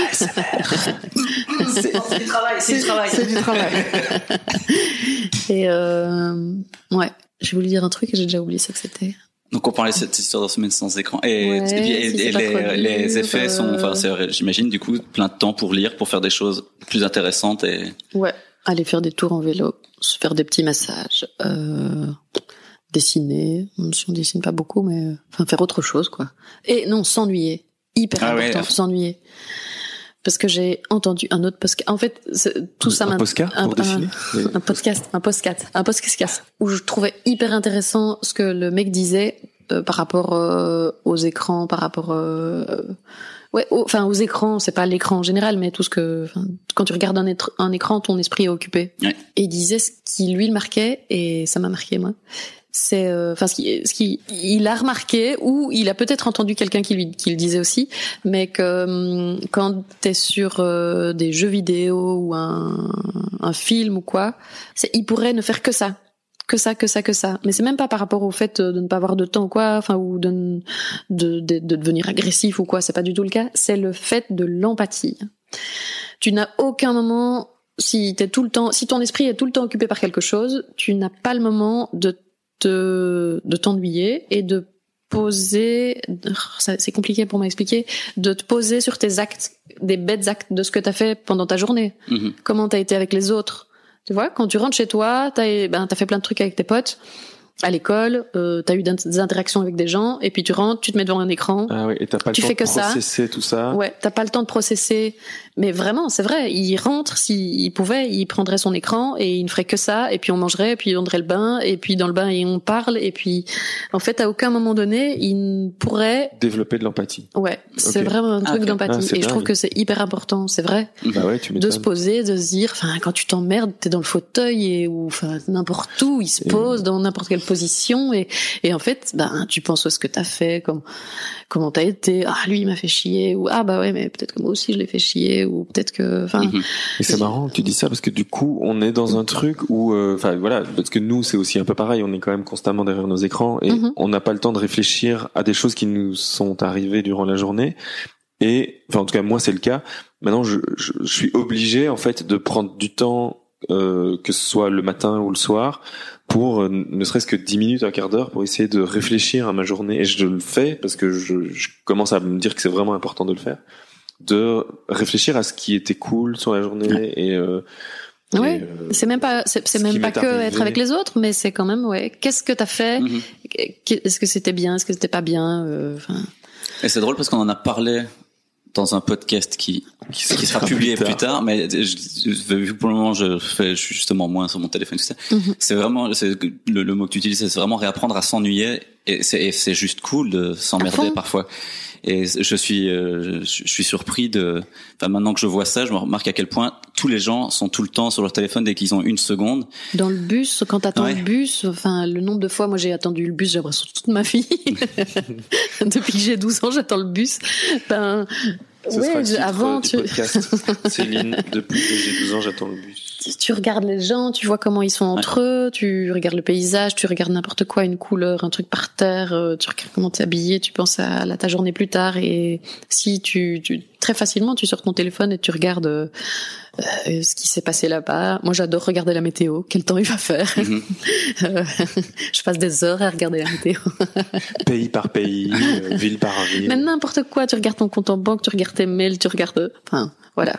C'est du travail, c'est du travail. Et j'ai voulu dire un truc et j'ai déjà oublié ce que c'était. Donc on parlait de cette histoire de semaine sans écran et les effets sont, j'imagine du coup plein de temps pour lire, pour faire des choses plus intéressantes et. Ouais, aller faire des tours en vélo, se faire des petits massages, dessiner. Même si on dessine pas beaucoup, mais faire autre chose quoi. Et non, s'ennuyer, hyper important, s'ennuyer. Parce que j'ai entendu un autre podcast. En fait, tout ça un podcast où je trouvais hyper intéressant ce que le mec disait par rapport aux écrans, par rapport aux écrans, c'est pas l'écran en général, mais tout ce que quand tu regardes un écran, ton esprit est occupé. Ouais. Et il disait ce qui lui le marquait, et ça m'a marqué moi. C'est ce qui il a remarqué, ou il a peut-être entendu quelqu'un qui le disait aussi, mais que quand t'es sur des jeux vidéo ou un film ou quoi, il pourrait ne faire que ça, mais c'est même pas par rapport au fait de ne pas avoir de temps ou quoi, ou de devenir agressif ou quoi, c'est pas du tout le cas, c'est le fait de l'empathie. Tu n'as aucun moment, si ton esprit est tout le temps occupé par quelque chose, tu n'as pas le moment de t'ennuyer et de poser, c'est compliqué pour m'expliquer, de te poser sur tes actes, des bêtes actes de ce que t'as fait pendant ta journée. Comment t'as été avec les autres. Tu vois, quand tu rentres chez toi, t'as fait plein de trucs avec tes potes. À l'école, t'as eu des interactions avec des gens, et puis tu rentres, tu te mets devant un écran. Ah oui, et t'as pas le temps de processer tout ça. Ouais, t'as pas le temps de processer. Mais vraiment, c'est vrai, il rentre, s'il pouvait, il prendrait son écran et il ne ferait que ça, et puis on mangerait, et puis on donnerait le bain, et puis dans le bain, on parle, et puis, en fait, à aucun moment donné, il ne pourrait... développer de l'empathie. Ouais, c'est vraiment un truc d'empathie. Et je trouve que c'est hyper important, c'est vrai. Bah ouais, tu m'étonnes. De se poser, de se dire, enfin, quand tu t'emmerdes, t'es dans le fauteuil, ou, enfin, n'importe où, il se pose dans n'importe quelle position, et en fait, tu penses à ce que t'as fait, comment t'as été, lui, il m'a fait chier, ou, bah ouais, mais peut-être que moi aussi, je l'ai fait chier, ou peut-être que, enfin. Et c'est marrant que tu dis ça, parce que du coup, on est dans un truc où, voilà, parce que nous, c'est aussi un peu pareil, on est quand même constamment derrière nos écrans, et on n'a pas le temps de réfléchir à des choses qui nous sont arrivées durant la journée. Et, en tout cas, moi, c'est le cas. Maintenant, je suis obligé, en fait, de prendre du temps, que ce soit le matin ou le soir, pour ne serait-ce que 10 minutes, un quart d'heure, pour essayer de réfléchir à ma journée. Et je le fais parce que je commence à me dire que c'est vraiment important de le faire, de réfléchir à ce qui était cool sur la journée. Et c'est même pas que être avec les autres, mais c'est quand même qu'est-ce que t'as fait, est-ce que c'était bien, est-ce que c'était pas bien, Et c'est drôle parce qu'on en a parlé dans un podcast qui sera publié plus tard, mais vu que pour le moment je suis justement moins sur mon téléphone, tout ça. C'est vraiment le mot que tu utilises, c'est vraiment réapprendre à s'ennuyer, et c'est juste cool de s'emmerder parfois. Et je suis surpris maintenant que je vois ça, je me remarque à quel point tous les gens sont tout le temps sur leur téléphone dès qu'ils ont une seconde. Dans le bus, quand t'attends le bus, le nombre de fois, moi j'ai attendu le bus, j'ai l'impression toute ma vie. Depuis que j'ai 12 ans, j'attends le bus. Avant du podcast. Céline, depuis que j'ai 12 ans, j'attends le bus. Tu regardes les gens, tu vois comment ils sont entre eux, tu regardes le paysage, tu regardes n'importe quoi, une couleur, un truc par terre, tu regardes comment t'es habillé, tu penses à ta journée plus tard, et si tu très facilement tu sors ton téléphone et tu regardes ce qui s'est passé là-bas. Moi j'adore regarder la météo, quel temps il va faire. Je passe des heures à regarder la météo. Pays par pays, ville par ville. Mais n'importe quoi, tu regardes ton compte en banque, tu regardes tes mails, tu regardes, voilà.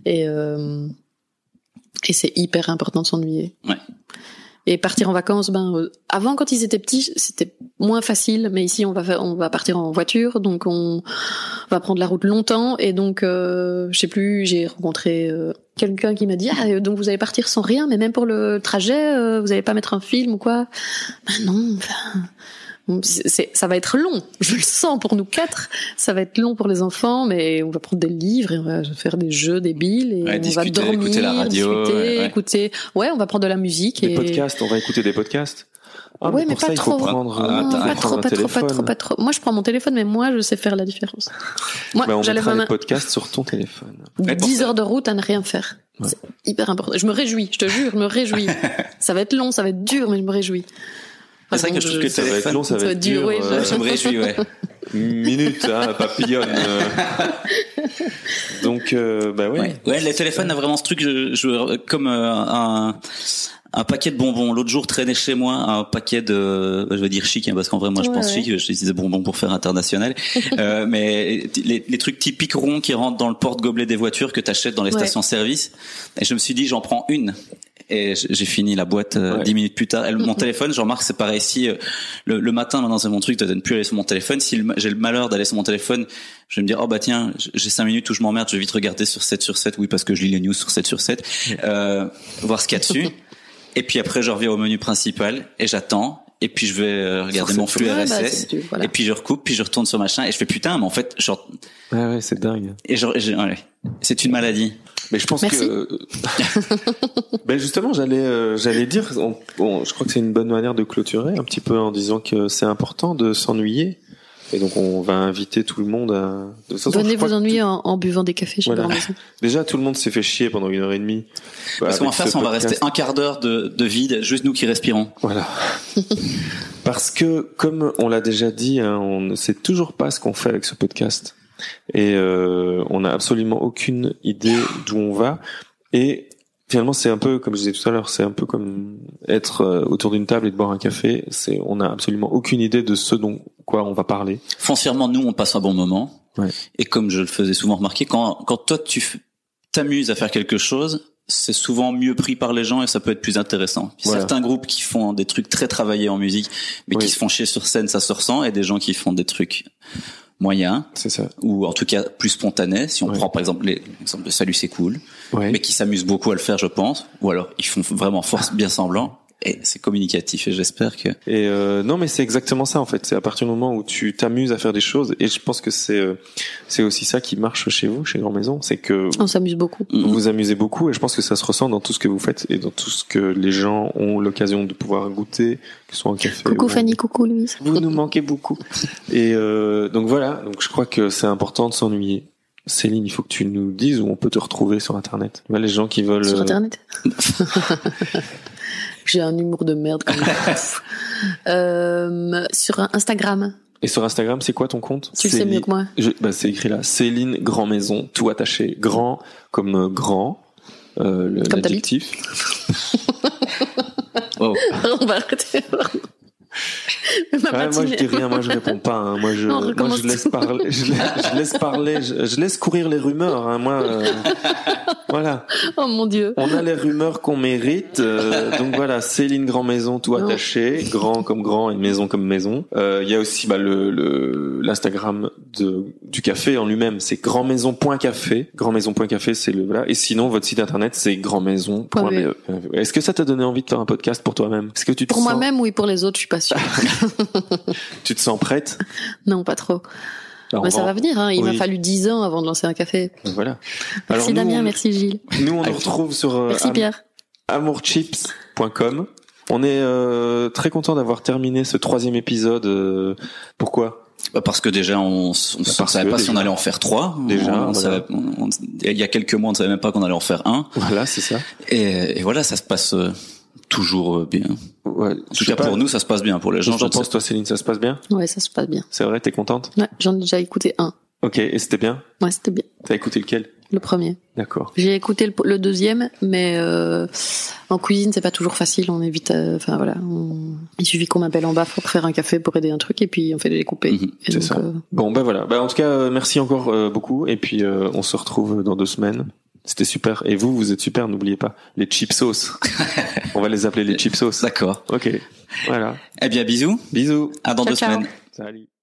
Et c'est hyper important de s'ennuyer. Ouais. Et partir en vacances, avant quand ils étaient petits, c'était moins facile, mais ici on va partir en voiture, donc on va prendre la route longtemps, et donc je sais plus, j'ai rencontré quelqu'un qui m'a dit donc vous allez partir sans rien, mais même pour le trajet, vous allez pas mettre un film ou quoi? Non, ça va être long, je le sens pour nous 4, ça va être long pour les enfants, mais on va prendre des livres et on va faire des jeux débiles, et on va dormir, écouter la radio, écouter, on va prendre de la musique, des podcasts, on va écouter des podcasts. Mais pas trop. Pas trop. Moi, je prends mon téléphone, mais moi, je sais faire la différence. Moi, on mettra les podcasts sur ton téléphone. 10 heures de route à ne rien faire. Ouais. C'est hyper important. Je me réjouis, je te jure, je me réjouis. Ça va être long, ça va être dur, mais je me réjouis. C'est vrai que je trouve que ça va être long, ça va être dur. Je me réjouis, Minute, papillonne. Donc, ouais. Ouais, les téléphones a vraiment ce truc, comme un paquet de bonbons. L'autre jour, traînait chez moi un paquet de, je vais dire chic, parce qu'en vrai, moi, je pense chic, je disais bonbons pour faire international. Mais les trucs typiques ronds qui rentrent dans le porte-gobelet des voitures que t'achètes dans les stations-service. Et je me suis dit, j'en prends une. Et j'ai fini la boîte 10 minutes plus tard. Mon téléphone, je remarque, c'est pareil. Si le matin, maintenant c'est mon truc de ne plus aller sur mon téléphone. Si j'ai le malheur d'aller sur mon téléphone, je vais me dire tiens, j'ai 5 minutes où je m'emmerde, je vais vite regarder sur 7/7. Oui, parce que je lis les news sur 7/7, voir ce qu'il y a dessus. Et puis après, je reviens au menu principal et j'attends. Et puis je vais regarder mon flux RSS. Et puis je recoupe, puis je retourne sur machin. Et je fais putain, mais en fait, ouais, c'est dingue. Et c'est une maladie. Mais je pense que justement j'allais dire je crois que c'est une bonne manière de clôturer un petit peu en disant que c'est important de s'ennuyer, et donc on va inviter tout le monde à venez vous ennuyer en buvant des cafés chez Maison. Déjà tout le monde s'est fait chier pendant 1h30. Parce qu'on va faire ça, on va rester un quart d'heure de vide, juste nous qui respirons. Voilà. Parce que comme on l'a déjà dit, on ne sait toujours pas ce qu'on fait avec ce podcast. Et on n'a absolument aucune idée d'où on va, et finalement c'est un peu comme je disais tout à l'heure, c'est un peu comme être autour d'une table et de boire un café, on n'a absolument aucune idée de ce quoi on va parler. Foncièrement, nous, on passe un bon moment. Ouais. Et comme je le faisais souvent remarquer, quand toi, tu t'amuses à faire quelque chose, c'est souvent mieux pris par les gens et ça peut être plus intéressant. Voilà. Certains groupes qui font des trucs très travaillés en musique, mais qui se font chier sur scène, ça se ressent, et des gens qui font des trucs moyens, c'est ça, ou en tout cas plus spontanés. Si on prend par exemple l'exemple de Salut c'est cool, mais qui s'amusent beaucoup à le faire, je pense, ou alors ils font vraiment bien semblant. Et c'est communicatif et j'espère que... Et non, mais c'est exactement ça en fait. C'est à partir du moment où tu t'amuses à faire des choses, et je pense que c'est aussi ça qui marche chez vous, chez Grand Maison, c'est que on s'amuse beaucoup. Vous vous amusez beaucoup, et je pense que ça se ressent dans tout ce que vous faites et dans tout ce que les gens ont l'occasion de pouvoir goûter, que ce soit en café. Coucou Fanny, coucou Louise. Vous nous manquez beaucoup. Et donc voilà. Donc je crois que c'est important de s'ennuyer. Céline, il faut que tu nous dises où on peut te retrouver sur Internet. Les gens qui veulent... Sur Internet. J'ai un humour de merde quand même. Sur Instagram. Et sur Instagram, c'est quoi ton compte? Tu le sais mieux que moi. C'est écrit là. Céline Grand Maison, tout attaché. Grand comme grand. L'adjectif. Oh. On va arrêter. Moi je dis rien, moi je réponds pas. Hein. Moi je laisse parler, je laisse parler, je laisse courir les rumeurs. Hein. Moi, voilà. Oh mon Dieu. On a les rumeurs qu'on mérite. Donc voilà, Céline Grand Maison, tout attaché, grand comme grand et maison comme maison. Il y a aussi l'Instagram du café en lui-même, c'est grandmaison.café. Grandmaison.café, c'est le voilà. Et sinon votre site internet c'est grandmaison.be. Est-ce que ça t'a donné envie de faire un podcast pour toi-même? Est-ce que tu te pour moi-même, oui, pour les autres, je suis pas sûre. Tu te sens prête? Non, pas trop. Alors, mais ça va venir, hein. Il m'a fallu 10 ans avant de lancer un café. Voilà. Merci Damien, merci Gilles. Nous, on nous retrouve sur merci Pierre. amourchips.com. On est très content d'avoir terminé ce 3e épisode. Pourquoi? Parce que déjà, on savait pas si on allait en faire 3. Déjà, il y a quelques mois, on ne savait même pas qu'on allait en faire 1. Voilà, c'est ça. Et voilà, ça se passe toujours bien. Ouais, en tout cas, pour nous, ça se passe bien. Pour les gens, je pense, toi, Céline, ça se passe bien? Ouais, ça se passe bien. C'est vrai, t'es contente? Ouais, j'en ai déjà écouté un. Ok, et c'était bien? Ouais, c'était bien. T'as écouté lequel? Le premier. D'accord. J'ai écouté le deuxième, mais en cuisine, c'est pas toujours facile. On évite, enfin voilà, il suffit qu'on m'appelle en bas pour faire un café, pour aider un truc, et puis on fait les couper. C'est donc, ça. Bon, ben voilà. En tout cas, merci encore beaucoup, et puis on se retrouve dans 2 semaines. C'était super. Et vous êtes super, n'oubliez pas. Les chipsos. On va les appeler les chipsos. D'accord. Ok. Voilà. Eh bien, bisous. Bisous. À dans 2 semaines. Salut.